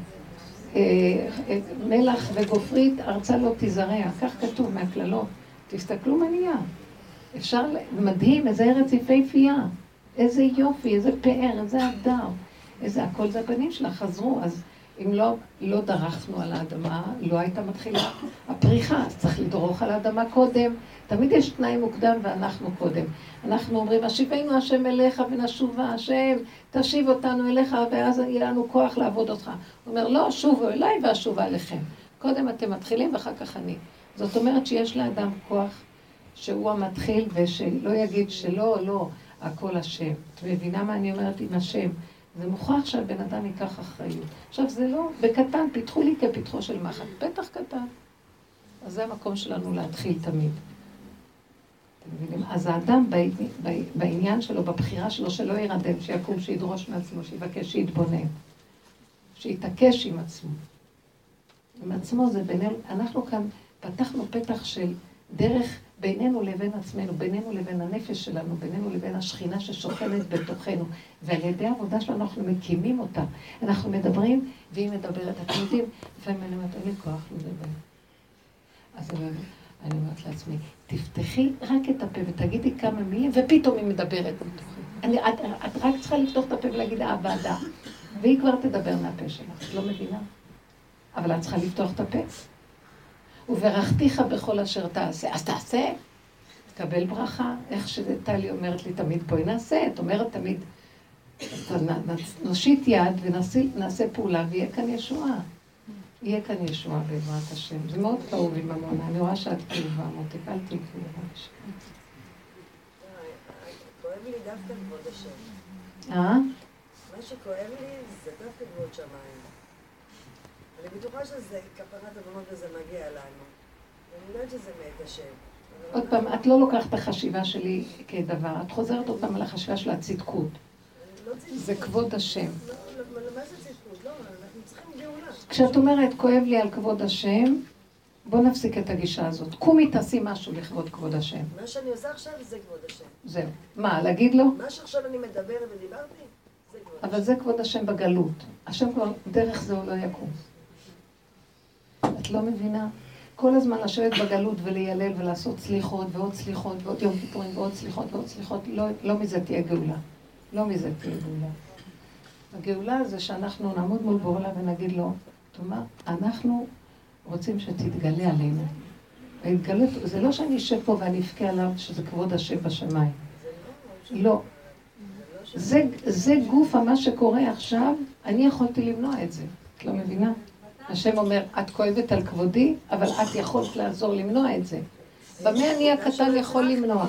מלח וגופרית, ארצה לא תזרע, כך כתוב מהכללות. תסתכלו מה נהיה. אפשר, מדהים, איזה ארץ יפהפייה, איזה יופי, איזה פאר, איזה הדר, איזה, הכל זה הבנים שלה חזרו, אז אם לא, לא דרכנו על האדמה, לא הייתה מתחילה הפריחה, אז צריך לדרוך על האדמה קודם. תמיד יש תנאי מוקדם ואנחנו קודם. אנחנו אומרים, השיבנו השם אליך ונשובה, השם, תשיב אותנו אליך, ואז יהיה לנו כוח לעבוד אותך. הוא אומר, לא, שובו אליי ואשובה אליכם. קודם אתם מתחילים ואחר כך אני. זאת אומרת שיש לאדם כוח שהוא המתחיל, ושלא יגיד שלא, לא, הכל השם. את מבינה מה אני אומרת עם השם? זה מוכרח שהבן אדם ייקח אחריות. עכשיו זה לא, בקטן, פיתחו לי כפיתחו של מחט, בטח קטן. אז זה המקום שלנו להתחיל תמיד. אתם מבינים? אז האדם בעניין שלו, בבחירה שלו, שלא ירדם, שיקום, שידרוש מעצמו, שיבקש, שיתבונן, שיתעקש עם עצמו. עם עצמו זה בינינו, אנחנו כאן פתחנו פתח של דרך בינינו לבין עצמנו, בינינו לבין הנפש שלנו, בינינו לבין השכינה ששוכנת בתוכנו, ועל ידי העבודה שלנו אנחנו מקימים אותה. אנחנו מדברים, והיא מדברת. אתם יודעים, לפעמים אני אומרת, אין לי כוח לדבר. אז אני אומרת לעצמי, תפתחי רק את הפה ותגידי כמה מילים, ופתאום היא מדברת בתוכי. אני, את, את רק צריכה לפתוח את הפה ולהגיד, אה, ועדה. והיא כבר תדבר מהפה שלך, את לא מבינה? אבל את צריכה לפתוח את הפה. וברכתיך בכל אשר תעשה. אז תעשה, תקבל ברכה. איך שטלי אומרת לי תמיד, בואי נעשה. את אומרת תמיד, נושיט יד ונעשה פעולה, ויהיה כאן ישועה. יהיה כאן ישועה בעזרת השם. זה מאוד כאוב עם המונה. אני רואה שאת כאובה, מותק, אל תהי כאובה. כואב לי דווקא כבוד השם. אה? מה שכואב לי זה דווקא כבוד שמיים. אני בטוחה שזה כפרת עוונות וזה מגיע לנו. אני יודעת שזה מאת השם. עוד פעם, את לא לוקחת את החשיבה שלי כדבר, את חוזרת עוד פעם על החשיבה של הצדקות. זה כבוד השם. מה זה צדקות? לא, אנחנו צריכים גאולה. כשאת אומרת, כואב לי על כבוד השם, בוא נפסיק את הגישה הזאת. קומי תעשי משהו לכבוד כבוד השם. מה שאני עושה עכשיו זה כבוד השם. זהו. מה, להגיד לו? מה שעכשיו אני מדברת ודיברתי, זה כבוד השם. אבל זה כבוד השם בגלות. השם כבר, דרך זה הוא לא יקום. את לא מבינה? כל הזמן לשבת בגלות וליילל ולעשות סליחות ועוד סליחות ועוד יום כיפורים ועוד סליחות ועוד סליחות, לא, לא מזה תהיה גאולה. לא מזה תהיה גאולה. הגאולה זה שאנחנו נעמוד מול בעולה ונגיד לו, תאמר, אנחנו רוצים שתתגלה עלינו. ההתגלות, זה לא שאני אשב פה ואני אבכה עליו שזה כבוד השם בשמיים. לא. זה, זה גוף מה שקורה עכשיו, אני יכולתי למנוע את זה. את לא מבינה? השם אומר, את כואבת על כבודי, אבל את יכולת לעזור למנוע את זה. במה אני הקטן יכול למנוע?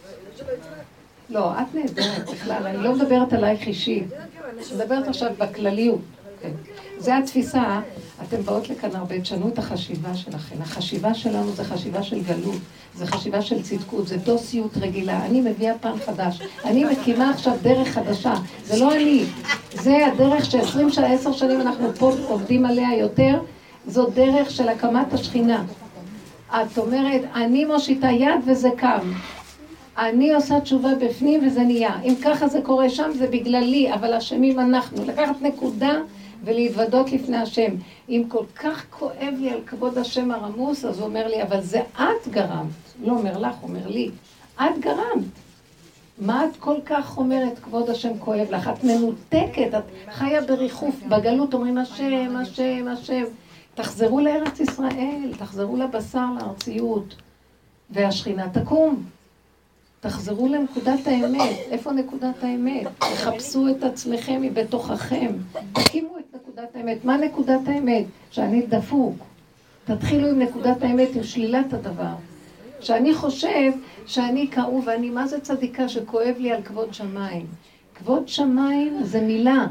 לא, את נהדרת בכלל, אני לא מדברת עלייך אישית. אני מדברת עכשיו בכלליות. זה התפיסה, אתם באות לכאן הרבה, תשנו את החשיבה שלכם. החשיבה שלנו זה חשיבה של גלות, זה חשיבה של צדקות, זה דוסיות רגילה. אני מביאה פן חדש, אני מקימה עכשיו דרך חדשה. זה לא אני, זה הדרך ש-עשרים שנה, עשר שנים אנחנו פה עובדים עליה יותר, זו דרך של הקמת השכינה. את אומרת, אני מושיטה יד וזה קם. אני עושה תשובה בפנים וזה נהיה. אם ככה זה קורה שם זה בגללי, אבל אשמים אנחנו. לקחת נקודה ולהתוודות לפני השם. אם כל כך כואב לי על כבוד השם הרמוס, אז הוא אומר לי, אבל זה את גרמת. לא אומר לך, אומר לי. את גרמת. מה את כל כך אומרת, כבוד השם כואב לך? את מנותקת, את חיה בריחוף. בגלות אומרים השם, השם, השם. תחזרו לארץ ישראל, תחזרו לבשר, לארציות. והשכינה תקום. תחזרו לנקודת האמת. איפה נקודת האמת? תחפשו את עצמכם מבתוככם. תקימו את נקודת האמת. מה נקודת האמת? שאני דפוק. תתחילו עם נקודת האמת, עם שלילת הדבר. שאני חושב שאני כאוב ואני מה זה צדיקה שכואב לי על כבוד שמיים. כבוד שמיים זה מילה.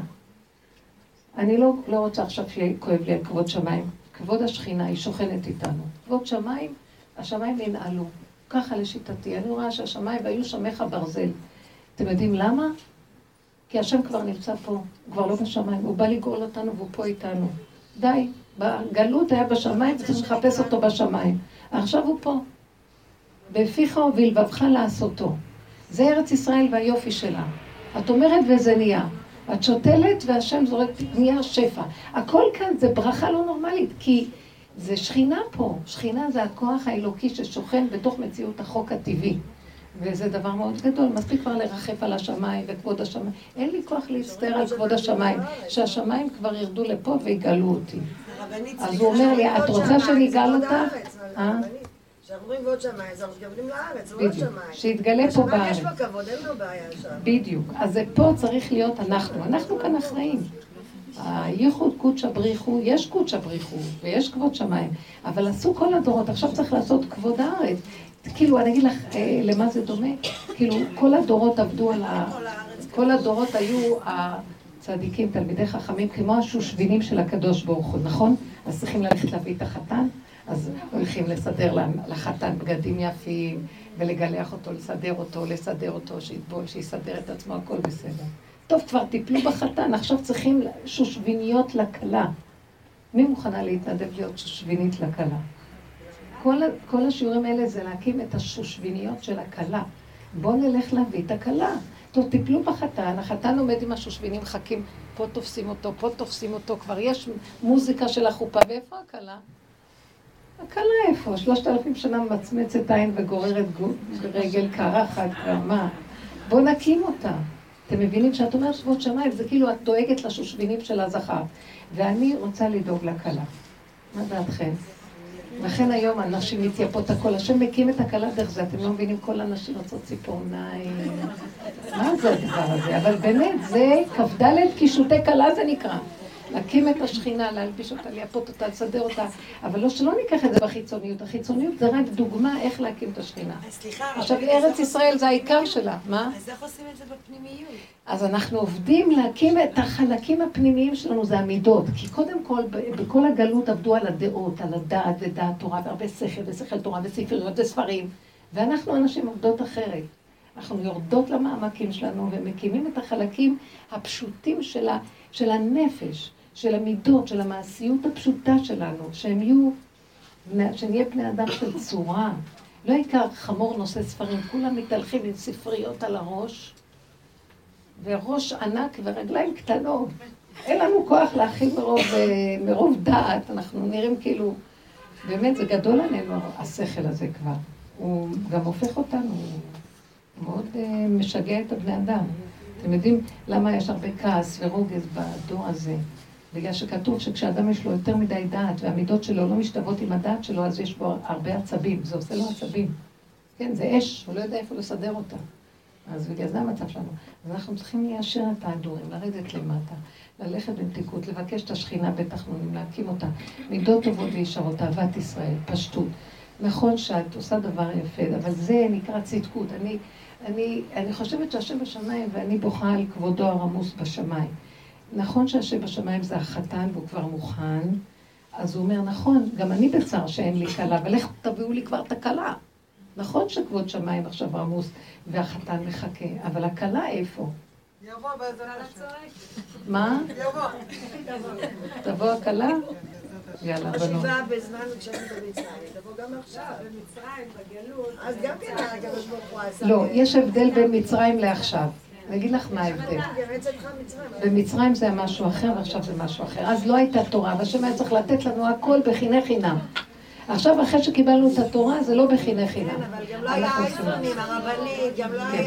אני לא, לא רוצה עכשיו שכואב לי על כבוד שמיים. כבוד השכינה היא שוכנת איתנו. כבוד שמיים, השמיים ננעלו. ככה לשיטתי, אני רואה שהשמיים והיו שמך ברזל. אתם יודעים למה? כי השם כבר נמצא פה, הוא כבר לא בשמיים, הוא בא לגאול אותנו והוא פה איתנו. די, בגלות היה בשמיים וצריך לחפש אותו בשמיים. עכשיו הוא פה. בפיך ובלבבך לעשותו. זה ארץ ישראל והיופי שלה. את אומרת וזה נהיה. את שותלת והשם זורק, נהיה שפע. הכל כאן זה ברכה לא נורמלית, כי זה שכינה פה. שכינה זה הכוח האלוקי ששוכן בתוך מציאות החוק הטבעי. וזה דבר מאוד גדול. מספיק כבר לרחף על השמיים וכבוד השמיים. אין לי כוח להסתר על כבוד השמיים. שהשמיים כבר ירדו לפה ויגאלו אותי. אז הוא אומר לי, את רוצה שניגאל אותך? כשאנחנו אומרים ועוד שמיים, אז אנחנו מתכוונים לארץ, לא לשמיים. שיתגלה פה בארץ. יש לו כבוד, אין לו בעיה שם. בדיוק. אז פה צריך להיות אנחנו. אנחנו כאן אחראים. הייחוד קודשא בריחו, יש קודשא בריחו, ויש כבוד שמיים. אבל עשו כל הדורות, עכשיו צריך לעשות כבוד הארץ. כאילו, אני אגיד לך, למה זה דומה? כאילו, כל הדורות עבדו על ה... כל הדורות היו הצדיקים, תלמידי חכמים, כמו השושבינים של הקדוש ברוך הוא, נכון? אז צריכים ללכת להביא את החתן. אז הולכים לסדר לחתן בגדים יפים, ולגלח אותו, לסדר אותו, לסדר אותו, שיטבול, שיסדר את עצמו, הכל בסדר. טוב, כבר טיפלו בחתן, עכשיו צריכים שושביניות לכלה. מי מוכנה להתנדב להיות שושבינית לכלה? כל, כל השיעורים האלה זה להקים את השושביניות של הכלה. בואו נלך להביא את הכלה. טוב, טיפלו בחתן, החתן עומד עם השושבינים, חכים, פה תופסים אותו, פה תופסים אותו, כבר יש מוזיקה של החופה, ואיפה הכלה? הכלה איפה? שלושת אלפים שנה מצמצת עין וגוררת רגל קרחת, מה? בואו נקים אותה. אתם מבינים שאת אומרת כבוד שמיים, זה כאילו את דואגת לשושבינים של הזכר. ואני רוצה לדאוג לכלה. מה דעתכם? לכן היום הנשים מתייפות הכל. השם מקים את הכלה דרך זה. אתם לא מבינים, כל הנשים רוצות ציפורניים. מה זה הדבר הזה? אבל באמת, זה כ"ד קישוטי כלה זה נקרא. להקים את השכינה, להלביש אותה, לייפות אותה, לסדר אותה. אבל לא שלא ניקח את זה בחיצוניות. החיצוניות זה רק דוגמה איך להקים את השכינה. עכשיו, ארץ ישראל זה העיקר שלה. מה? אז איך עושים את זה בפנימיות? אז אנחנו עובדים להקים את החלקים הפנימיים שלנו, זה המידות. כי קודם כל, בכל הגלות עבדו על הדעות, על הדעת ודעת תורה, והרבה שכל ושכל תורה וספריות וספרים. ואנחנו אנשים עובדות אחרת. אנחנו יורדות למעמקים שלנו ומקימים את החלקים הפשוטים של, ה, של הנפש, של המידות, של המעשיות הפשוטה שלנו, שהם יהיו, שנהיה בני אדם של צורה. לא עיקר חמור נושא ספרים, כולם מתהלכים עם ספריות על הראש, וראש ענק ורגליים קטנות. אין לנו כוח להכיל מרוב, מרוב דעת, אנחנו נראים כאילו באמת זה גדול עלינו, השכל הזה כבר. הוא גם הופך אותנו, הוא מאוד uh, משגע את הבני אדם. אתם יודעים למה יש הרבה כעס ורוגז בדור הזה? בגלל שכתוב שכשאדם יש לו יותר מדי דעת והמידות שלו לא משתוות עם הדעת שלו, אז יש בו הרבה עצבים, זה עושה לו עצבים. כן, זה אש, הוא לא יודע איפה לסדר אותה. אז בגלל זה המצב שלנו. אז אנחנו צריכים ליישר את ההדורים, לרדת למטה, ללכת במתיקות, לבקש את השכינה בתחנונים, להקים אותה. מידות טובות וישרות, אהבת ישראל, פשטות. נכון שאת עושה דבר יפה, אבל זה נקרא צדקות. אני, אני, אני חושבת שהשם בשמיים ואני בוכה על כבודו הרמוס בשמיים. נכון שהשם בשמיים זה החתן והוא כבר מוכן, אז הוא אומר, נכון, גם אני בצער שאין לי קלה, אבל איך תביאו לי כבר את הקלה? נכון שכבוד שמיים עכשיו רמוס והחתן מחכה, אבל הקלה איפה? יבוא בעזרת השם. מה? יבוא. תבוא הקלה? יאללה, בנות. חשיבה בזמן כשאני במצרים, תבוא גם עכשיו. במצרים, בגלות. אז גם כן הקדוש ברוך הוא עשה. לא, יש הבדל בין מצרים לעכשיו. אני אגיד לך מה ההבדל. במצרים זה משהו אחר ועכשיו זה משהו אחר. אז לא הייתה תורה, והשם היה צריך לתת לנו הכל בחיני חינם. עכשיו אחרי שקיבלנו את התורה זה לא בחיני חינם. כן, אבל גם לא היה אייפונים, הרבנית, גם לא היה...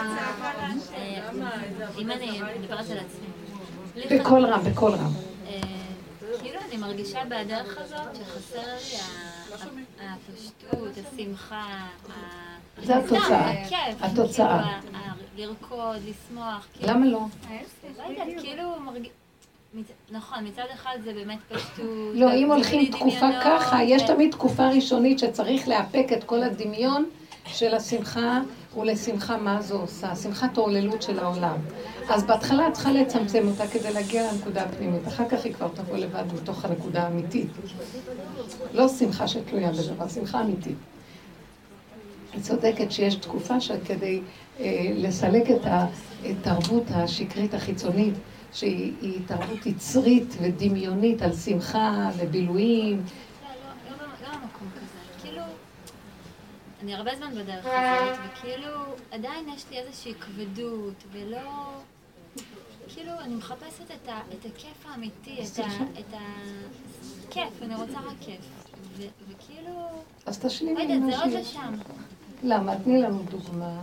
אם אני מדברת על עצמי. בכל רם, בכל רם. כאילו אני מרגישה בדרך הזאת שחסר לי הפשטות, השמחה, זה התוצאה, התוצאה. לרקוד, לשמוח. למה לא? לא יודעת, כאילו מרגיש... נכון, מצד אחד זה באמת פשטות. לא, אם הולכים תקופה ככה, יש תמיד תקופה ראשונית שצריך להפק את כל הדמיון של השמחה, ולשמחה מה זו עושה, שמחת העוללות של העולם. אז בהתחלה את צריכה לצמצם אותה כדי להגיע לנקודה הפנימית, אחר כך היא כבר תבוא לבד מתוך הנקודה האמיתית. לא שמחה שתלויה בדבר, שמחה אמיתית. היא צודקת שיש תקופה שכדי אה, לסלק את התרבות השקרית החיצונית, שהיא תרבות יצרית ודמיונית על שמחה ובילויים. לא, לא המקום כזה. כאילו, אני הרבה זמן בדרך הזאת, וכאילו עדיין יש לי איזושהי כבדות, ולא... כאילו, אני מחפשת את, ה, את הכיף האמיתי, את, ה, את הכיף, אני רוצה רק כיף. ו, וכאילו... אז תשלימי לא יודעת, זה עוד לשם. למה? תני לנו דוגמה.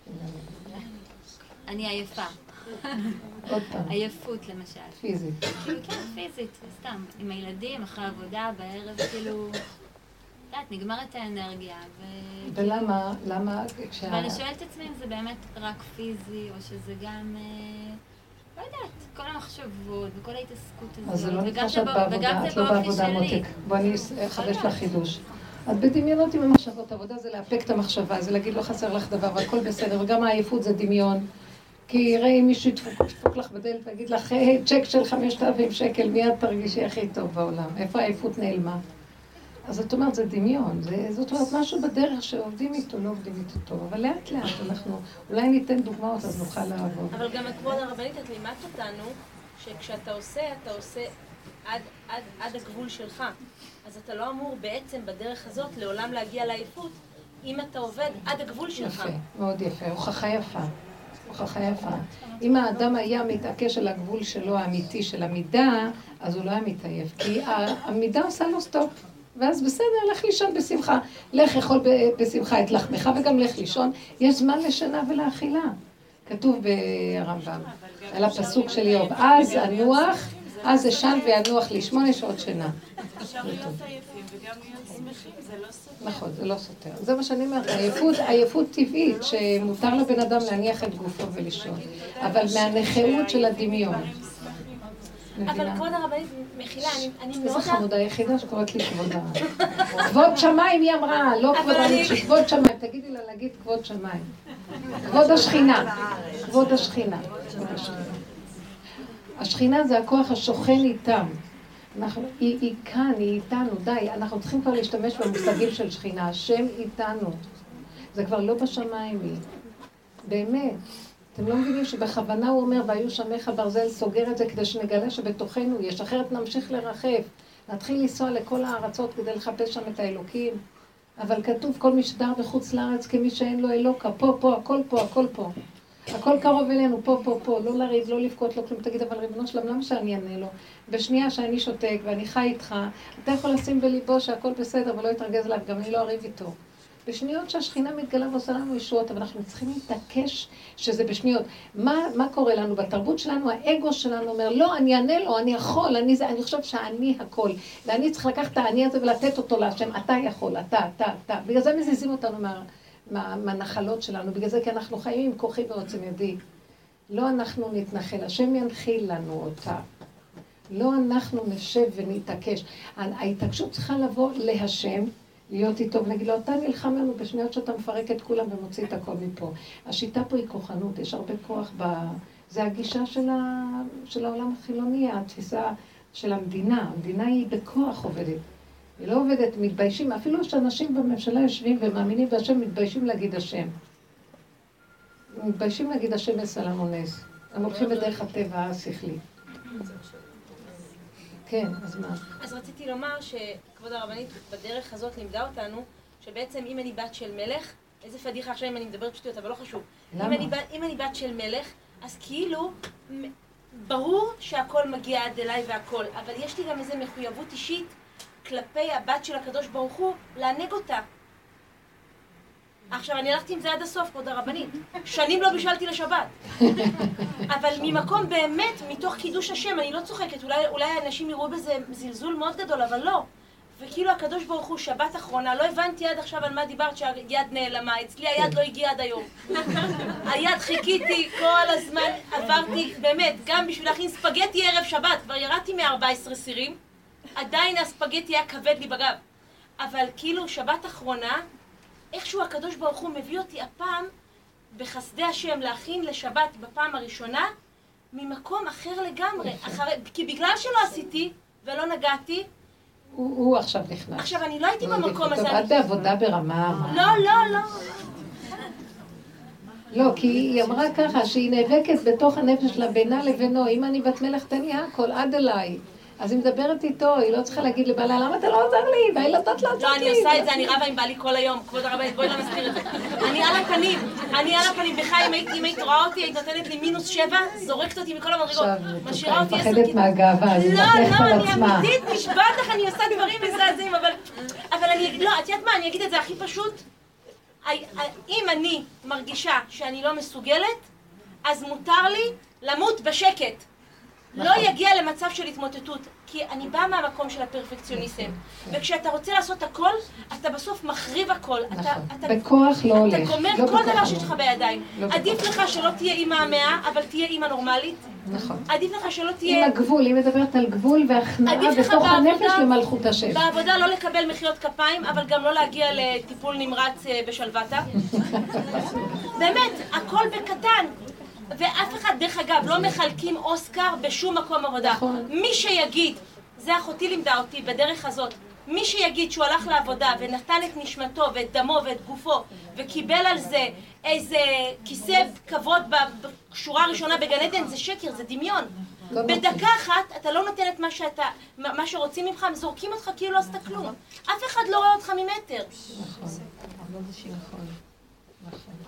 אני עייפה. עוד פעם. עייפות למשל. פיזית. כאילו, כן, פיזית, סתם. עם הילדים, אחרי עבודה, בערב, כאילו... יודעת, נגמרת האנרגיה, ו... ולמה? למה? ואני שואלת את עצמי אם זה באמת רק פיזי, או שזה גם... לא יודעת, כל המחשבות וכל ההתעסקות הזאת. אז זה לא נקרא שאת בעבודה, את לא בעבודה מותק. בוא אני אחדש לך חידוש. את בדמיונות עם המחשבות, עבודה זה להפק את המחשבה, זה להגיד לא חסר לך דבר, והכל בסדר, וגם העייפות זה דמיון. כי ראי מישהו ידפוק לך בדלת ויגיד לך, צ'ק של חמשת אלפים שקל, מיד תרגישי הכי טוב בעולם. איפה העייפות נעלמה? אז את אומרת, זה דמיון, זה, זאת אומרת, משהו בדרך שעובדים איתו, לא עובדים איתו טוב, אבל לאט לאט אנחנו, אולי ניתן דוגמאות, אז נוכל לעבוד. אבל גם כבוד הרבנית, את לימדת אותנו, שכשאתה עושה, אתה עושה עד, עד, עד הגבול שלך. אז אתה לא אמור בעצם בדרך הזאת לעולם להגיע לעייפות, אם אתה עובד עד הגבול שלך. יפה, מאוד יפה, הוכחה יפה. הוכחה יפה. אם האדם היה מתעקש על הגבול שלו, האמיתי של המידה, אז הוא לא היה מתעייף, כי המידה עושה לו סטופ. ואז בסדר, לך לישון בשמחה. לך אכול בשמחה את לחמך וגם לך לישון. יש זמן לשינה ולאכילה. כתוב ברמב"ם, על הפסוק של איוב. אז אנוח, אז אשן וינוח לי שמונה שעות שינה. אפשר להיות עייפים וגם להיות שמחים, זה לא סותר. נכון, זה לא סותר. זה מה שאני אומרת, עייפות טבעית, שמותר לבן אדם להניח את גופו ולישון. אבל מהנכאות של הדמיון. אבל כבוד הרבנית, מחילה, אני מאוד... איזה חמודה היחידה שקוראת לי כבודה. כבוד שמיים היא אמרה, לא כבוד הרבנית, כבוד שמיים. תגידי לה להגיד כבוד שמיים. כבוד השכינה. כבוד השכינה. השכינה זה הכוח השוכן איתם. היא, היא כאן, היא איתנו, די. אנחנו צריכים כבר להשתמש במושגים של שכינה. השם איתנו. זה כבר לא בשמיים היא. באמת. אתם לא מבינים שבכוונה הוא אומר, והיו שמך ברזל סוגר את זה כדי שנגלה שבתוכנו יש, אחרת נמשיך לרחב, נתחיל לנסוע לכל הארצות כדי לחפש שם את האלוקים. אבל כתוב כל מי שדר בחוץ לארץ כמי שאין לו אלוקה, פה, פה, הכל פה, הכל פה. הכל קרוב אלינו, פה, פה, פה, לא לריב, לא לבכות, לא כלום. תגיד, אבל ריבונו שלום, למה שאני אענה לו? בשנייה שאני שותק ואני חי איתך, אתה יכול לשים בליבו שהכל בסדר ולא יתרגז עליו, גם אני לא אריב איתו. בשניות שהשכינה מתגלה ועושה לנו ישועות, אבל אנחנו צריכים להתעקש שזה בשניות. מה, מה קורה לנו בתרבות שלנו? האגו שלנו אומר, לא, אני אענה לו, אני יכול, אני זה, אני חושב שאני הכל. ואני צריך לקחת את האני הזה ולתת אותו להשם, אתה יכול, אתה, אתה, אתה. בגלל זה מזיזים אותנו מה, מה, מהנחלות שלנו, בגלל זה כי אנחנו חיים עם כוחי ועוצם ידי. לא אנחנו נתנחל, השם ינחיל לנו אותה. לא אנחנו נשב ונתעקש. ההתעקשות צריכה לבוא להשם, להיות איתו ונגיד לו, אתה נלחם לנו בשניות שאתה מפרק את כולם ומוציא את הכל מפה. השיטה פה היא כוחנות, יש הרבה כוח ב... זה הגישה של, ה... של העולם החילוני, התפיסה של המדינה. המדינה היא בכוח עובדת. היא לא עובדת, מתביישים, אפילו שאנשים בממשלה יושבים ומאמינים בהשם, מתביישים להגיד השם. מתביישים להגיד השם יעשה לנו נס. הם הולכים בדרך הטבע השכלי. כן, אז מה? אז רציתי לומר שכבוד הרבנית בדרך הזאת לימדה אותנו שבעצם אם אני בת של מלך, איזה פדיחה עכשיו אם אני מדברת שטויות, אבל לא חשוב. למה? אם אני, אם אני בת של מלך, אז כאילו ברור שהכל מגיע עד אליי והכל, אבל יש לי גם איזו מחויבות אישית כלפי הבת של הקדוש ברוך הוא לענג אותה. עכשיו, אני הלכתי עם זה עד הסוף, כבוד הרבנית. שנים לא בישלתי לשבת. אבל ממקום באמת, מתוך קידוש השם, אני לא צוחקת, אולי, אולי האנשים יראו בזה זלזול מאוד גדול, אבל לא. וכאילו הקדוש ברוך הוא, שבת אחרונה, לא הבנתי עד עכשיו על מה דיברת שהיד נעלמה, אצלי היד לא הגיעה עד היום. היד חיכיתי כל הזמן, עברתי, באמת, גם בשביל להכין ספגטי ערב שבת, כבר ירדתי מ-ארבעה עשר סירים, עדיין הספגטי היה כבד לי בגב. אבל כאילו שבת אחרונה, איכשהו הקדוש ברוך הוא מביא אותי הפעם בחסדי השם להכין לשבת בפעם הראשונה ממקום אחר לגמרי, אחרי, כי בגלל שלא עשיתי ולא נגעתי הוא, הוא עכשיו נכנס. עכשיו אני לא הייתי במקום הזה. טוב, את בעבודה ברמה. לא, לא, לא. לא, כי היא אמרה ככה שהיא נאבקת בתוך הנפש שלה בינה לבינו, אם אני בת מלך תני הכל עד אליי. אז היא מדברת איתו, היא לא צריכה להגיד לבעלה, למה אתה לא עוזר לי? והילדות לא עוזרת לי. לא, אני עושה את זה, אני רבה עם בעלי כל היום, כבוד הרבנית, בואי לא נסתיר את זה. אני על הפנים, אני על הפנים, בכלל, אם היית רואה אותי, היית נותנת לי מינוס שבע, זורקת אותי מכל המדרגות. משאירה אותי עשר... מפחדת מהגאווה, אז היא מפחדת על עצמה. לא, לא, אני אמיתית, נשבעת לך, אני עושה דברים מזעזעים, אבל אני, לא, את יודעת מה, אני אגיד את זה הכי פשוט. אם אני מרגישה שאני לא מסוגלת, אז מותר לי למות בשקט. לא יגיע למצב של התמוטטות, כי אני באה מהמקום של הפרפקציוניסם, וכשאתה רוצה לעשות הכל, אתה בסוף מחריב הכל. בכוח לא הולך. אתה גומר כל דבר שיש לך בידיים. עדיף לך שלא תהיה אימא המאה, אבל תהיה אימא נורמלית. נכון. עדיף לך שלא תהיה... עם הגבול, היא מדברת על גבול והכנעה בתוך הנפש למלכות השם. בעבודה לא לקבל מחיאות כפיים, אבל גם לא להגיע לטיפול נמרץ בשלוותה. באמת, הכל בקטן. ואף אחד, דרך אגב, לא מחלקים אוסקר בשום מקום עבודה. מי שיגיד, זה אחותי לימדה אותי בדרך הזאת, מי שיגיד שהוא הלך לעבודה ונתן את נשמתו ואת דמו ואת גופו וקיבל על זה איזה כיסא כבוד בשורה הראשונה בגן עדן, זה שקר, זה דמיון. בדקה אחת אתה לא נותן את מה שאתה, מה שרוצים ממך, הם זורקים אותך כאילו לא עשתה כלום. אף אחד לא רואה אותך ממטר. נכון, נכון, נכון.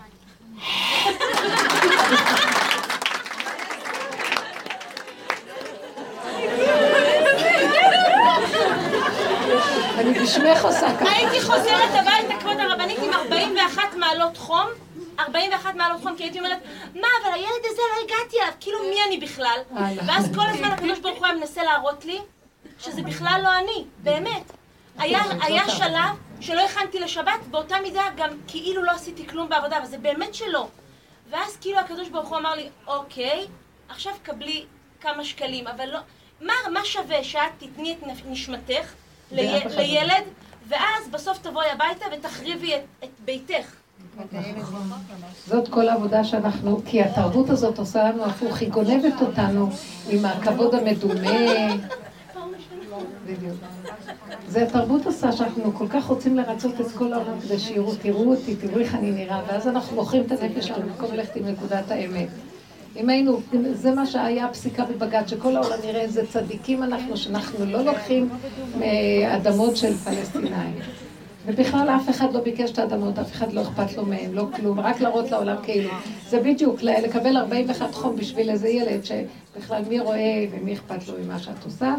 אני בשמך עושה ככה. הייתי חוזרת הביתה, כבוד הרבנית, עם ארבעים ואחת מעלות חום, ארבעים ואחת מעלות חום, כי הייתי אומרת, מה, אבל הילד הזה לא הגעתי אליו, כאילו מי אני בכלל? ואז כל הזמן הקדוש ברוך הוא היה מנסה להראות לי שזה בכלל לא אני, באמת. היה שלב שלא הכנתי לשבת, באותה מידה גם כאילו לא עשיתי כלום בעבודה, אבל זה באמת שלא. ואז כאילו הקדוש ברוך הוא אמר לי, אוקיי, עכשיו קבלי כמה שקלים, אבל לא, מה, מה שווה שאת תתני את נשמתך לילד, ואז בסוף תבואי הביתה ותחריבי את, את ביתך. זאת כל העבודה שאנחנו, כי התרבות הזאת עושה לנו הפוך, היא גונבת אותנו עם הכבוד המדומה. בדיוק. זה התרבות עושה שאנחנו כל כך רוצים לרצות את כל העולם כדי שיראו, תראו אותי, תראו איך אני נראה, ואז אנחנו מוכרים את הנפש שלנו במקום ללכת עם נקודת האמת. אם היינו, זה מה שהיה הפסיקה בבג"ץ, שכל העולם נראה איזה צדיקים אנחנו, שאנחנו לא לוקחים אדמות של פלסטינאים. ובכלל אף אחד לא ביקש את האדמות, אף אחד לא אכפת לו מהם, לא כלום, רק להראות לעולם כאילו. זה בדיוק, לקבל ארבעים ואחת חום בשביל איזה ילד שבכלל מי רואה ומי אכפת לו ממה שאת עושה,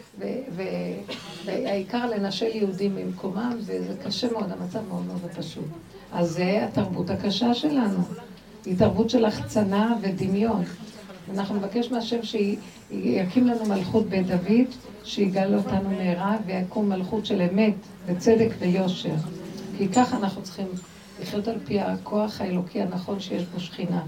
והעיקר לנשל יהודים ממקומם, וזה קשה מאוד, המצב מאוד מאוד פשוט. אז זה התרבות הקשה שלנו, היא תרבות של החצנה ודמיון. אנחנו מבקש מהשם שיקים לנו מלכות בית דוד, שיגאל אותנו מהרה ויקום מלכות של אמת וצדק ויושר. כי ככה אנחנו צריכים לחיות על פי הכוח האלוקי הנכון שיש בו שכינה.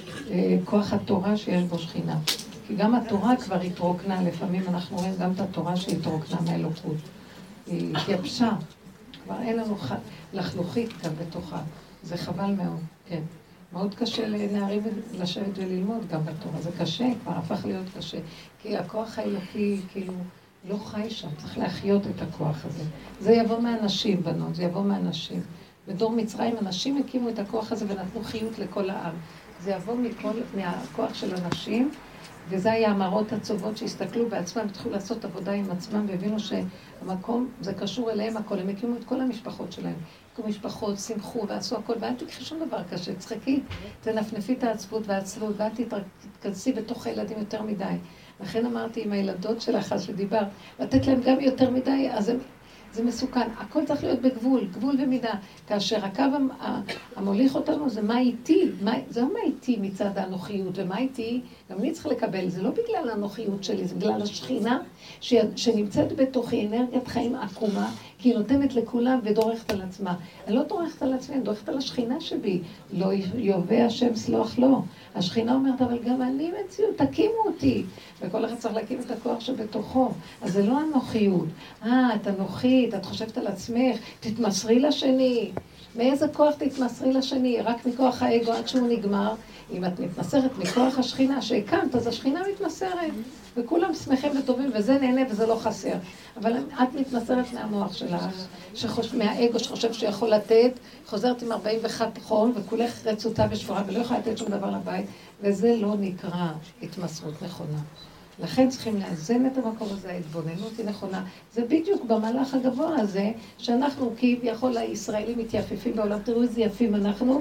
כוח התורה שיש בו שכינה. כי גם התורה כבר התרוקנה, לפעמים אנחנו רואים גם את התורה שהתרוקנה מהאלוקות. היא התייבשה, כבר אין לנו לחלוכית כאן בתוכה. זה חבל מאוד, כן. מאוד קשה לנערים לשבת וללמוד גם בתורה, זה קשה, כבר הפך להיות קשה. כי הכוח האלוקי כאילו לא חי שם, צריך להחיות את הכוח הזה. זה יבוא מהנשים, בנות, זה יבוא מהנשים. בדור מצרים אנשים הקימו את הכוח הזה ונתנו חיות לכל העם. זה יבוא מכל, מהכוח של אנשים, וזה היה המראות הצובות שהסתכלו בעצמם, התחילו לעשות עבודה עם עצמם, והבינו שהמקום, זה קשור אליהם הכל, הם הקימו את כל המשפחות שלהם. הקימו משפחות, שמחו ועשו הכל, ואל תקחי שום דבר קשה, צחקי, תנפנפי את העצבות והעצלות, ואל תתכנסי בתוך הילדים יותר מדי. לכן אמרתי עם הילדות שלך שדיבר, לתת להם גם יותר מדי, אז הם... זה מסוכן, הכל צריך להיות בגבול, גבול ומידה. כאשר הקו המוליך אותנו זה מה איתי, מה, זה לא מה איתי מצד האנוכיות, ומה איתי, גם אני צריך לקבל, זה לא בגלל האנוכיות שלי, זה בגלל השכינה ש, שנמצאת בתוכי אנרגיית חיים עקומה, כי היא נותנת לכולם ודורכת על עצמה. אני לא דורכת על עצמי, אני דורכת על השכינה שבי, לא יובא השם סלוח לו. השכינה אומרת, אבל גם אני מציאות, תקימו אותי. וכל אחד צריך להקים את הכוח שבתוכו. אז זה לא אנוכיות. אה, את אנוכית, את חושבת על עצמך, תתמסרי לשני. מאיזה כוח תתמסרי לשני? רק מכוח האגו עד שהוא נגמר. אם את מתמסרת מכוח השכינה שהקמת, אז השכינה מתמסרת. וכולם שמחים וטובים, וזה נהנה וזה לא חסר. אבל את מתמסרת מהמוח שלך, שחוש... מהאגו שחושב שיכול לתת, חוזרת עם ארבעים ואחת חום, וכולך רצותה ושבורה, ולא יכולה לתת שום דבר לבית, וזה לא נקרא התמסרות נכונה. לכן צריכים לאזן את המקום הזה, ההתבוננות היא נכונה. זה בדיוק במהלך הגבוה הזה, שאנחנו כביכול הישראלים מתייפפים בעולם, תראו איזה יפים אנחנו,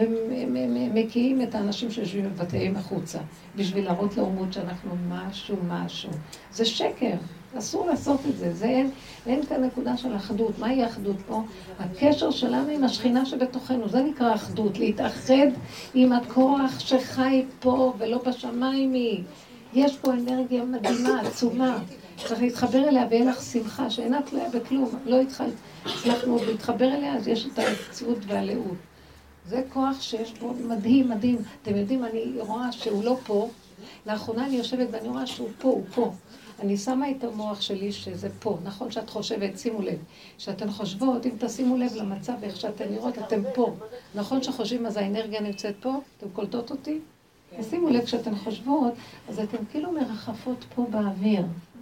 ומקיאים את האנשים שיושבים בבתיהם החוצה, בשביל להראות לאומות שאנחנו משהו משהו. זה שקר, אסור לעשות את זה, זה אין, אין כאן נקודה של אחדות. מהי אחדות פה? הקשר שלנו עם השכינה שבתוכנו, זה נקרא אחדות, להתאחד עם הכוח שחי פה ולא בשמיים היא. יש פה אנרגיה מדהימה, עצומה. צריך להתחבר אליה ואין לך שמחה, שאינה תלויה בכלום. לא הצלחנו להתחבר אליה, אז יש את העצבות והלאות. זה כוח שיש בו מדהים, מדהים. אתם יודעים, אני רואה שהוא לא פה. לאחרונה אני יושבת ואני רואה שהוא פה, הוא פה. אני שמה את המוח שלי שזה פה. נכון שאת חושבת, שימו לב. שאתן חושבות, אם תשימו לב למצב ואיך שאתן נראות, אתם פה. נכון שחושבים, אז האנרגיה נמצאת פה? אתם קולטות אותי? שימו לב, כשאתן חושבות, אז אתן כאילו מרחפות פה באוויר.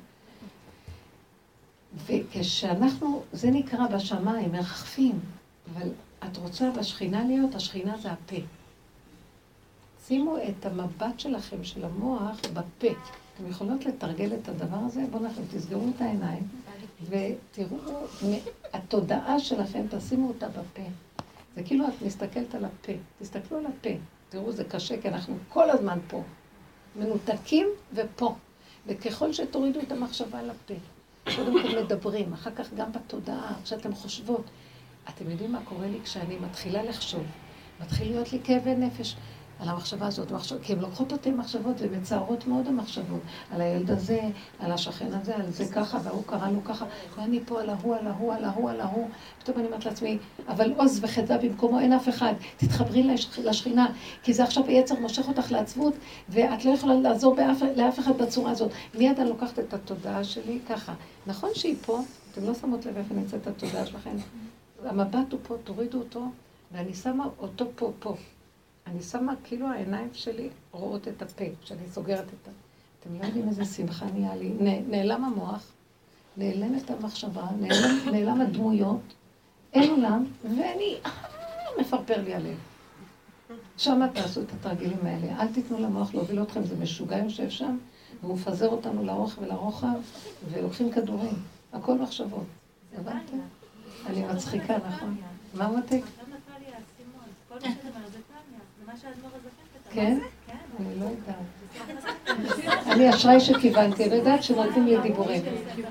וכשאנחנו, זה נקרא בשמיים, מרחפים, אבל את רוצה בשכינה להיות, השכינה זה הפה. שימו את המבט שלכם, של המוח, בפה. אתם יכולות לתרגל את הדבר הזה? בואו לכם, תסגרו את העיניים, ותראו, התודעה שלכם, תשימו אותה בפה. זה כאילו את מסתכלת על הפה, תסתכלו על הפה. תראו, זה קשה, כי אנחנו כל הזמן פה. מנותקים ופה. וככל שתורידו את המחשבה לפה, קודם כל מדברים, אחר כך גם בתודעה, כשאתם חושבות. אתם יודעים מה קורה לי כשאני מתחילה לחשוב? מתחיל להיות לי כאבי נפש על המחשבה הזאת, מחשב... כי הן לוקחות אותי מחשבות ומצערות מאוד המחשבות. על הילד הזה, על השכן הזה, על זה ככה, והוא קרא לו ככה, ואני פה על ההוא, על ההוא, על ההוא, על ההוא. פתאום אני אומרת לעצמי, אבל עוז וחדווה במקומו אין אף אחד. תתחברי לשכינה, כי זה עכשיו היצר מושך אותך לעצבות, ואת לא יכולה לעזור באף, לאף אחד בצורה הזאת. מיד אני לוקחת את התודעה שלי ככה. נכון שהיא פה, אתם לא שמות לב איפה נמצאת התודעה שלכם. המבט הוא פה, תורידו אותו, ואני שמה אותו פה, פה. אני שמה, כאילו העיניים שלי רואות את הפה, כשאני סוגרת את ה... אתם לא יודעים איזה שמחה נהיה לי. נעלם המוח, נעלמת המחשבה, נעלם, נעלם הדמויות, אין עולם, ואני... מפרפר לי הלב. שם תעשו את התרגילים האלה. אל תיתנו למוח להוביל אתכם, זה משוגע יושב שם, והוא מפזר אותנו לאורך ולרוחב, ולוקחים כדורים. הכל מחשבות. הבנתם? אני מצחיקה, נכון? מה מותק? עכשיו נפל לי האסימון. כל מה שאתה אומר זה טניה. זה מה שהאדמו"ר הזקן כתב. כן? כן. אני לא יודעת. אני אשראי שכיוונתי, אני יודעת שנותנים לי דיבורים.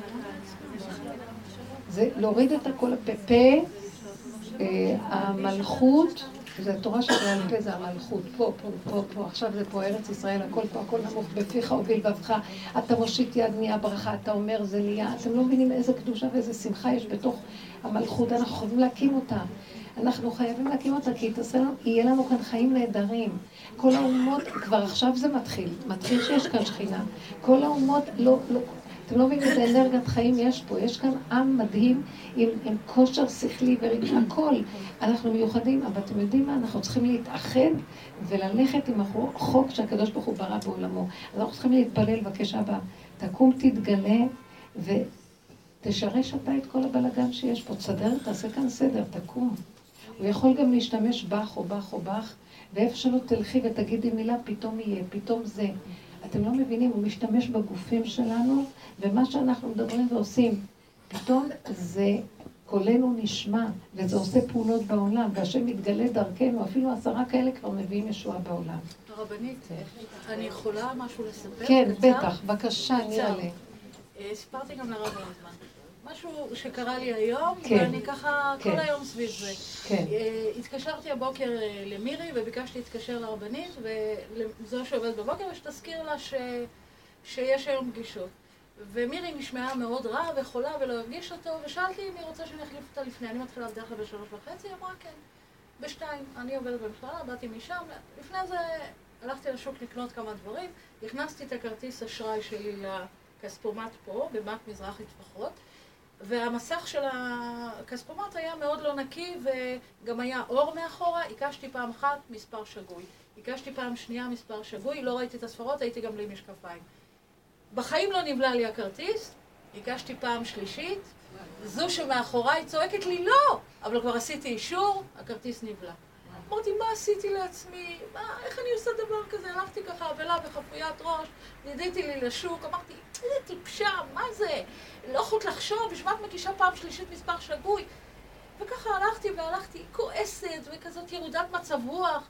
זה להוריד את הכל הפה. פה, המלכות, זה התורה שבעל פה, זה המלכות. פה, פה, פה, פה. עכשיו זה פה ארץ ישראל, הכל פה, הכל נמוך בפיך ובלבבך. אתה מושיט יד נהיה ברכה, אתה אומר זה נהיה. אתם לא מבינים איזה קדושה ואיזה שמחה יש בתוך המלכות. אנחנו חייבים להקים אותה. אנחנו חייבים להקים אותה, כי יהיה לנו כאן חיים נהדרים. כל האומות, כבר עכשיו זה מתחיל, מתחיל שיש כאן שכינה. כל האומות, לא, לא, אתם לא מבינים איזה אנרגיית חיים יש פה. יש כאן עם מדהים עם, עם כושר שכלי ועם הכל. אנחנו מיוחדים, אבל אתם יודעים מה? אנחנו צריכים להתאחד וללכת עם החוק שהקדוש ברוך הוא ברא בעולמו. אז אנחנו צריכים להתפלל, בבקשה הבאה. תקום, תתגלה ותשרש אתה את כל הבלגן שיש פה. תסדר, תעשה כאן סדר, תקום. הוא יכול גם להשתמש בך או בך או בך, ואיפה שלא תלכי ותגידי מילה, פתאום יהיה, פתאום זה. אתם לא מבינים, הוא משתמש בגופים שלנו, ומה שאנחנו מדברים ועושים, פתאום זה קולנו נשמע, וזה עושה פעולות בעולם, והשם מתגלה דרכנו, אפילו עשרה כאלה כבר מביאים ישועה בעולם. הרבנית, אני יכולה משהו לספר? כן, בטח, בבקשה, נראה לי. סיפרתי גם לרב הזמן. משהו שקרה לי היום, כן. ואני ככה כן. כל היום סביב זה. כן. התקשרתי הבוקר למירי וביקשתי להתקשר לרבנית, וזו שעובדת בבוקר, ושתזכיר לה ש... שיש היום פגישות. ומירי נשמעה מאוד רע וחולה ולא הרגיש אותו, ושאלתי אם היא רוצה שאני אחליף אותה לפני. אני מתחילה בדרך כלל בשלוש וחצי, היא אמרה כן. בשתיים, אני עובדת במכללה, באתי משם. לפני זה הלכתי לשוק לקנות כמה דברים, הכנסתי את הכרטיס אשראי שלי לכספומט פה, בבנק מזרחי טפחות, והמסך של הכספומט היה מאוד לא נקי, וגם היה אור מאחורה. הקשתי פעם אחת מספר שגוי. הקשתי פעם שנייה מספר שגוי, לא ראיתי את הספרות, הייתי גם בלי משקפיים. בחיים לא נבלע לי הכרטיס, הקשתי פעם שלישית, זו שמאחוריי צועקת לי לא, אבל כבר עשיתי אישור, הכרטיס נבלע. אמרתי, מה עשיתי לעצמי? מה, איך אני עושה דבר כזה? הלכתי ככה אבלה בחפוית ראש, נדיתי לי לשוק, אמרתי, איזה טיפשה, מה זה? לא יכולת לחשוב, בשביל את מקישה פעם שלישית מספר שגוי. וככה הלכתי והלכתי כועסת וכזאת ירודת מצב רוח.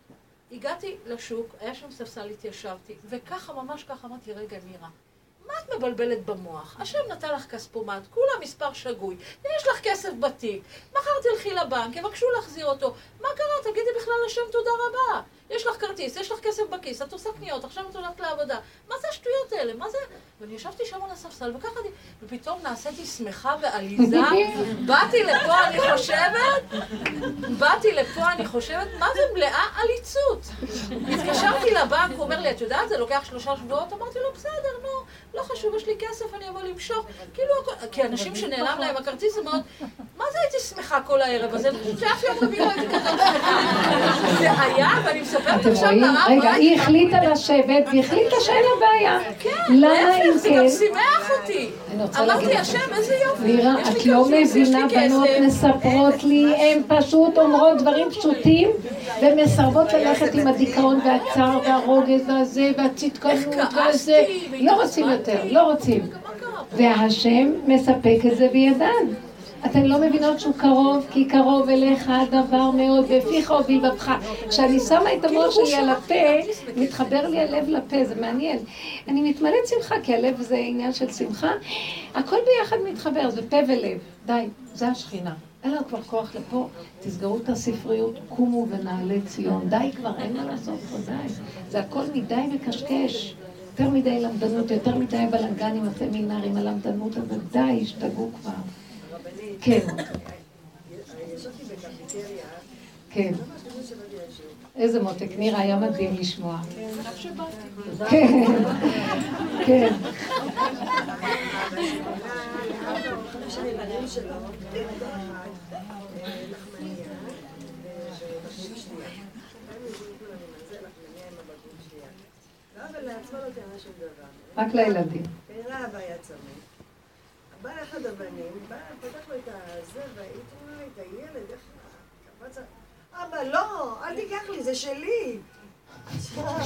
הגעתי לשוק, היה שם ספסל, התיישבתי, וככה, ממש ככה, אמרתי, רגע, נירה, מה את מבלבלת במוח? השם נתן לך כספומט, כולה מספר שגוי, יש לך כסף בתיק, מחר תלכי לבנק, יבקשו להחזיר אותו, מה קרה? תגידי בכלל לשם תודה רבה. יש לך כרטיס, יש לך כסף בכיס, את עושה קניות, עכשיו את הולכת לעבודה. מה זה השטויות האלה? מה זה? ואני ישבתי שם על הספסל, וככה אני, ופתאום נעשיתי שמחה ועליזה, באתי לפה, אני חושבת, באתי לפה, אני חושבת, מה זה מלאה עליצות? התקשרתי לבנק, הוא אומר לי, את יודעת, זה לוקח שלושה שבועות? אמרתי לו, בסדר, נו, לא חשוב, יש לי כסף, אני אבוא למשוך. כאילו, כי אנשים שנעלם להם הכרטיס זה מאוד, מה זה הייתי שמחה כל הערב הזה? אני חושבת שאף יום רביעי לא הייתי כזאת שמחה. זה היה, ואני מספרת עכשיו לרב. רגע, היא החליטה לשבת, והיא החליטה שאין לה בעיה. כן, למה אם זה כן? גם שימח אותי. אמרתי, השם, איזה יופי. לירה, את לא מבינה, בנות מספרות לי, הן פשוט אומרות דברים פשוטים, ומסרבות ללכת עם הדיכאון והצער והרוגז והזה, והצדקנות והזה. לא רוצים יותר, לא רוצים. והשם מספק את זה בידן. אתן לא מבינות שהוא קרוב, כי קרוב אליך הדבר מאוד, בפיך ובלבבך. כשאני שמה את המוח שלי על הפה, מתחבר לי הלב לפה, זה מעניין. אני מתמלאת שמחה, כי הלב זה עניין של שמחה. הכל ביחד מתחבר, זה פה ולב. די, זה השכינה. אין לנו כבר כוח לפה, תסגרו את הספריות, קומו ונעלה ציון. די כבר, אין מה לעשות פה, די. זה הכל מדי וקשקש. יותר מדי למדנות, יותר מדי בלגנים, הסמינרים, הלמדנות הזאת, די, השתגעו כבר. כן. ישבתי בקפיטריה. כן. איזה מותק, נירה, היה מדהים לשמוע. עכשיו שבאתי. כן. כן. שבנים שלו, בתו אחת, לחמניה, ובקבוק שנייה. הם יושבים כולם עם הזה, לחמניה עם הבקבוק שנייה. לא, אבל לעצמה לא תראה שום דבר. רק לילדים. כנראה הבא היה צמא. בא אחד הבנים, בא, פתח לו את הזה, והייתי אומרת, את הילד, איך קפץ... אבא, לא, אל תיקח לי, זה שלי.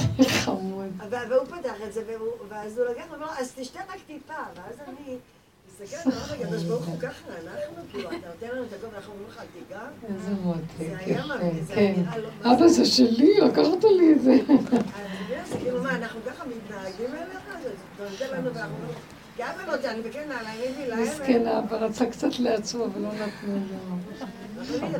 חמוד. והוא פתח את זה, ואז הוא לקח, ואומר, אז תשתה רק טיפה, ואז אני תסתכל, אתה אומר, הקדוש ברוך הוא ככה, אנחנו, כאילו, אתה נותן לנו את הכל ואנחנו אומרים לך, תיגע. איזה מותק, זה היה יפה, מרגיש, זה כן. נראה לא... אבא, זה שלי, לקחת לי את זה. אז כאילו מה, אנחנו ככה מתנהגים אליך? אתה נותן לנו ואנחנו אומרים, גם אני נותן, אני בכן נעליים, הביא להם. מסכן, אבא רצה קצת לעצמו, ולא נתנו לו.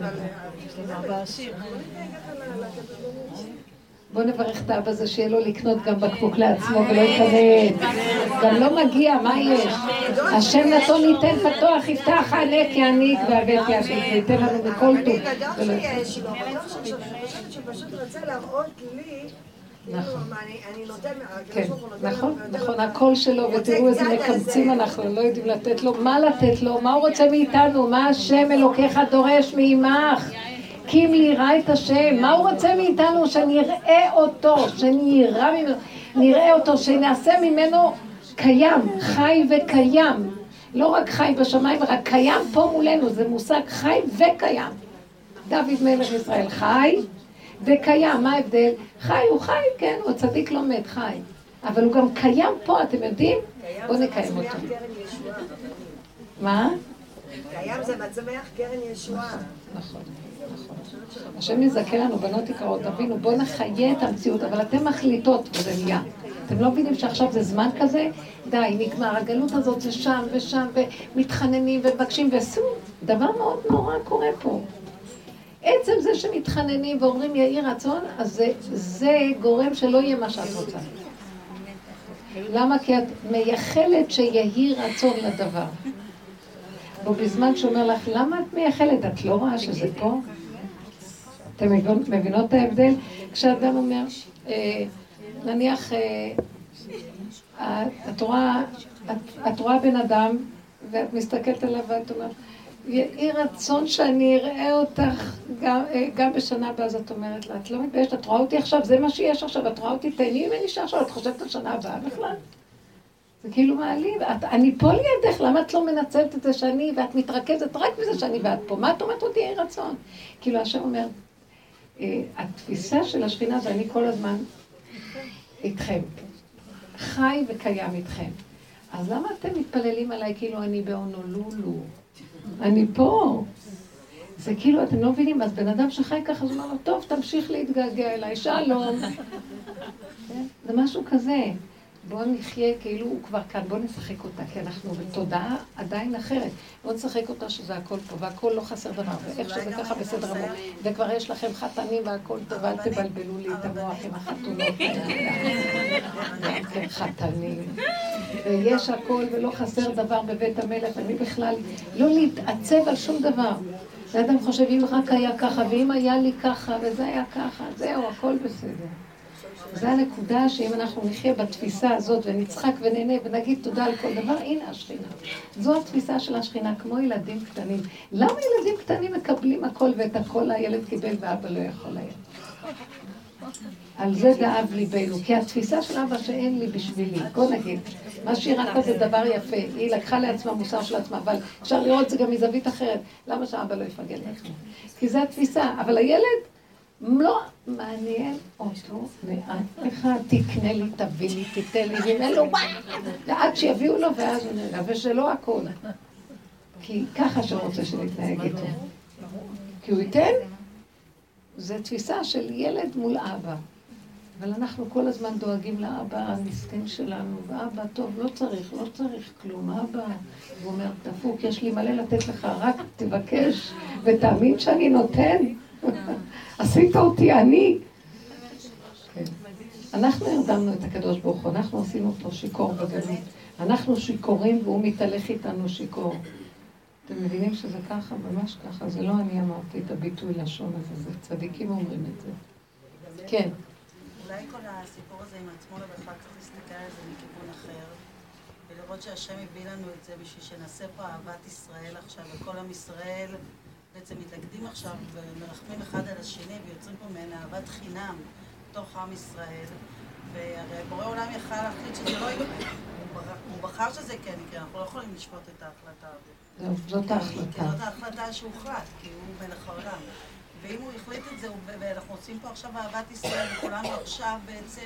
בוא נברך את האבא הזה שיהיה לו לקנות גם בקבוק לעצמו ולא יקבל. גם לא מגיע, מה יש? השם נתון ייתן פתוח, יפתח ענק יעניק והבאת יעשית, וייתן לנו מכל טוב. אני בטוח שיש לו, בטוח שיש לו, אני חושבת שפשוט רצה להראות לי, אני נותן, כן, נכון, נכון, הכל שלו, ותראו איזה מקמצים אנחנו, לא יודעים לתת לו, מה לתת לו, מה הוא רוצה מאיתנו, מה השם אלוקיך דורש מעמך. קים ליראה את השם, מה הוא רוצה מאיתנו? שנראה אותו, שנראה ממנו, נראה אותו, שנעשה ממנו קיים, חי וקיים. לא רק חי בשמיים, רק קיים פה מולנו, זה מושג חי וקיים. דוד מלך ישראל חי וקיים, מה ההבדל? חי הוא חי, כן, הוא צדיק לא מת, חי. אבל הוא גם קיים פה, אתם יודעים? בואו נקיים אותו. מה? קיים זה מצמח קרן ישועה. נכון. השם יזכה לנו, בנות יקרות, תבינו, בואו נחיה את המציאות, אבל אתם מחליטות, וזה נהיה. אתם לא מבינים שעכשיו זה זמן כזה? די, נגמר, הגלות הזאת זה שם ושם, ומתחננים ומבקשים, ועשו דבר מאוד נורא קורה פה. עצם זה שמתחננים ואומרים יהי רצון, אז זה, זה גורם שלא יהיה מה שאת רוצה. למה? כי את מייחלת שיהי רצון לדבר. ובזמן שאומר לך, למה את מייחלת? את לא רואה שזה פה? אתם מבינות את ההבדל? כשאדם אומר, נניח, את רואה, את רואה בן אדם, ואת מסתכלת עליו ואת אומרת, יהי רצון שאני אראה אותך גם, גם בשנה הבאה, אז את אומרת לה, את לא מתביישת, את רואה אותי עכשיו, זה מה שיש עכשיו, את רואה אותי, תהני ממני שעכשיו, את חושבת על שנה הבאה בכלל? זה כאילו מעליב, אני פה לידך, למה את לא מנצלת את זה שאני, ואת מתרכזת רק בזה שאני ואת פה, מה את אומרת אותי יהי רצון? כאילו השם אומר, התפיסה של השכינה זה אני כל הזמן איתכם, חי וקיים איתכם. אז למה אתם מתפללים עליי כאילו אני בהונולולו? אני פה. זה כאילו, אתם לא מבינים, אז בן אדם שחי ככה, אז הוא אומר לו, טוב, תמשיך להתגעגע אליי, שלום. זה משהו כזה. בואו נחיה כאילו הוא כבר כאן, בואו נשחק אותה, כי אנחנו בתודעה עדיין אחרת. בואו נשחק אותה שזה הכל פה, והכל לא חסר דבר, ואיך שזה ככה בסדר המון. וכבר יש לכם חתנים והכל טוב, אל תבלבלו לי את המוח עם החתונות. כן, חתנים. ויש הכל ולא חסר דבר בבית המלך, ואני בכלל לא להתעצב על שום דבר. האדם חושב, אם רק היה ככה, ואם היה לי ככה, וזה היה ככה, זהו, הכל בסדר. זו הנקודה שאם אנחנו נחיה בתפיסה הזאת ונצחק ונהנה ונגיד תודה על כל דבר, הנה השכינה. זו התפיסה של השכינה, כמו ילדים קטנים. למה ילדים קטנים מקבלים הכל ואת הכל הילד קיבל ואבא לא יכול היה? על זה דאב ליבנו, כי התפיסה של אבא שאין לי בשבילי, בוא נגיד, מה שהיא ראתה זה דבר יפה, היא לקחה לעצמה מוסר של עצמה, אבל אפשר לראות זה גם מזווית אחרת, למה שאבא לא יפגל לעצמו? כי זו התפיסה, אבל הילד לא מעניין אותו מעט אחד, תקנה לי, תביא לי, תיתן לי, ואם אין לו ועד שיביאו לו ואז הוא נראה, ושלא הכל. כי ככה שרוצה שנתנהג איתו. כי הוא ייתן, זו תפיסה של ילד מול אבא. אבל אנחנו כל הזמן דואגים לאבא המסכן שלנו, ואבא טוב, לא צריך, לא צריך כלום, אבא. הוא אומר, דפוק, יש לי מלא לתת לך, רק תבקש ותאמין שאני נותן. עשית אותי אני. כן. אנחנו הרדמנו את הקדוש ברוך הוא, אנחנו עשינו אותו שיקור בגלות. אנחנו שיקורים והוא מתהלך איתנו שיקור. אתם מבינים שזה ככה? ממש ככה. זה לא אני אמרתי את הביטוי לשון הזה, זה צדיקים אומרים את זה. כן. אולי כל הסיפור הזה עם עצמו לבדך צריך להסתכל על זה מכיוון אחר, ולראות שהשם הביא לנו את זה בשביל שנעשה פה אהבת ישראל עכשיו, וכל עם ישראל בעצם מתאגדים עכשיו ומרחמים אחד על השני ויוצרים פה מעין אהבת חינם בתוך עם ישראל, והרי בורא עולם יכל להחליט שזה לא יקרה, הוא בחר שזה כן יקרה, אנחנו לא יכולים לשפוט את ההחלטה הזאת. זאת ההחלטה. זאת ההחלטה שהוחלט, כי הוא מלך העולם. ואם הוא החליט את זה, ואנחנו עושים פה עכשיו אהבת ישראל, וכולנו עכשיו בעצם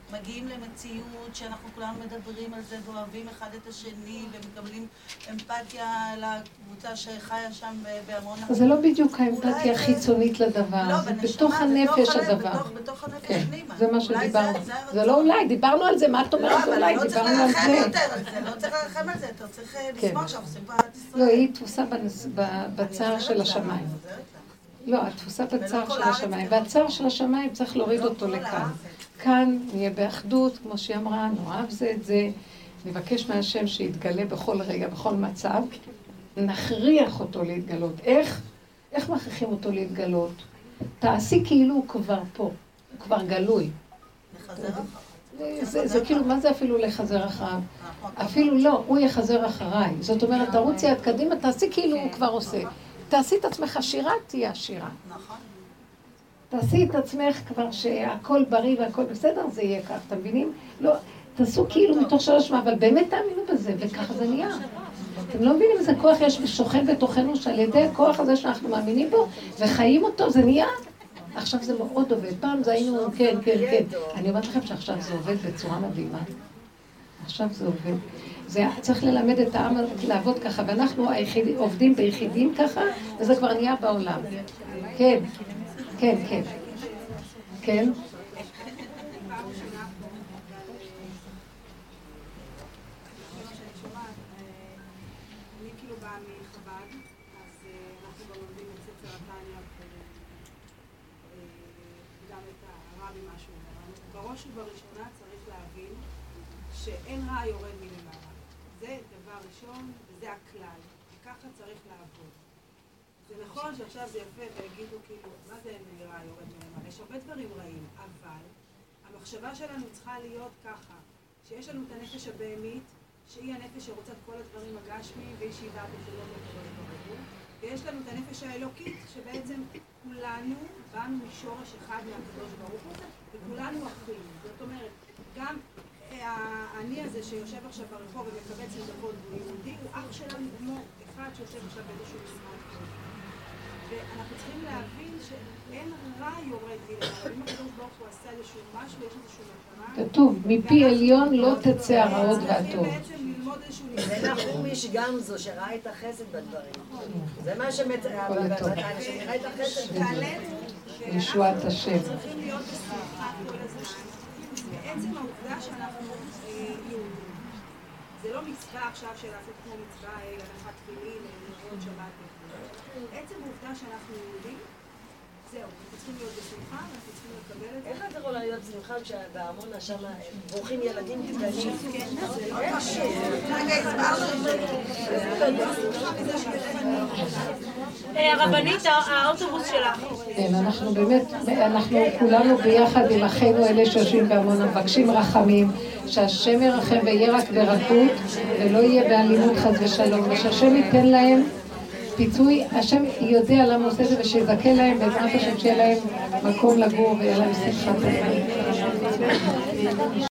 מגיעים למציאות שאנחנו כולנו מדברים על זה ואוהבים אחד את השני ומקבלים אמפתיה לקבוצה שחיה שם בהמון... זה לא בדיוק האמפתיה החיצונית לדבר, זה בתוך הנפש הדבר. בתוך הנפש פנימה. זה מה שדיברנו. זה לא אולי, דיברנו על זה, מה את אומרת אולי? דיברנו על זה. לא צריך לרחם על זה, אתה צריך לשמוח שאנחנו עושים בארץ ישראל. לא, היא תפוסה בצער של השמיים. לא, התפוסה בצער של השמיים, והצער של השמיים צריך להוריד אותו לכאן. כאן נהיה באחדות, כמו שהיא אמרה, נאהב זה את זה, נבקש מהשם שיתגלה בכל רגע, בכל מצב, נכריח אותו להתגלות. איך? איך מכריחים אותו להתגלות? תעשי כאילו הוא כבר פה, הוא כבר גלוי. לחזר אחריו. זה, זה כאילו, מה זה אפילו לחזר אחריו? אפילו לא, הוא יחזר אחריי. זאת אומרת, תרוצי עד קדימה, תעשי כאילו הוא כבר עושה. תעשי את עצמך עשירה, תהיה עשירה. נכון. תעשי את עצמך כבר שהכל בריא והכל בסדר, זה יהיה כך, אתם מבינים? לא, תעשו כאילו מתוך שלוש מה, אבל באמת תאמינו בזה, וככה זה נהיה. אתם לא מבינים איזה כוח יש ושוכן בתוכנו, שעל ידי הכוח הזה שאנחנו מאמינים בו, וחיים אותו, זה נהיה. עכשיו זה מאוד עובד. פעם זה היינו, כן, כן, כן. אני אומרת לכם שעכשיו זה עובד בצורה מדהימה. עכשיו זה עובד. זה צריך ללמד את העם לעבוד ככה, ואנחנו היחיד, עובדים ביחידים ככה, וזה כבר נהיה בעולם. כן, כן, כן. כן? בראש ובראשונה צריך להבין שאין רע יורד מלמעלה. זה דבר ראשון, וזה הכלל. וככה צריך לעבוד. זה נכון שעכשיו זה יפה ויגידו כאילו, מה זה אין רע יורד מלמעלה? יש הרבה דברים רעים, אבל המחשבה שלנו צריכה להיות ככה, שיש לנו את הנפש הבהמית, שהיא הנפש שרוצה את כל הדברים הגשמיים, והיא שיבה בתולות לקדוש ברוך הוא, ויש לנו את הנפש האלוקית, שבעצם כולנו באנו משורש אחד מהקדוש ברוך הוא, וכולנו אחים. זאת אומרת, גם האני הזה שיושב עכשיו ברחוב ומקבל צדקות ביהודי, הוא אח שלנו כמו אחד שיושב עכשיו באיזשהו משרד. ואנחנו צריכים להבין שאין רע יורד מלמעלה. אם הקדוש ברוך הוא עשה איזשהו משהו, יש איזשהו מטרה. כתוב, מפי עליון לא תצא הרעות והטוב. זה נחום איש גמזו שראה את החסד בדברים. זה מה שמצא, שראה את החסד בדברים. ישועת השם. צריכים להיות בשמחה כל הזמן. בעצם העובדה שאנחנו יהודים. זה לא מצווה עכשיו של לעשות כמו מצווה, הנחת תפילין, נרות שבת וכו'. עצם העובדה שאנחנו יהודים, זהו, אנחנו צריכים להיות בשמחה, אנחנו צריכים לקבל את זה. איך את יכולה להיות שמחה כשבארמונה שם ברוכים ילדים קטנים? כן, זה לא קשה. רגע, הסברנו את זה. הרבנית, האוטובוס שלך. כן, אנחנו באמת, אנחנו כולנו ביחד עם אחינו אלה שיושבים בעמונה, מבקשים רחמים, שהשם ירחם ויהיה רק ברכות, ולא יהיה באלימות חס ושלום, ושהשם ייתן להם פיצוי, השם יודע למה עושה את זה, ושיזכה להם בעזרת השם שיהיה להם מקום לגור ויהיה להם שמחת.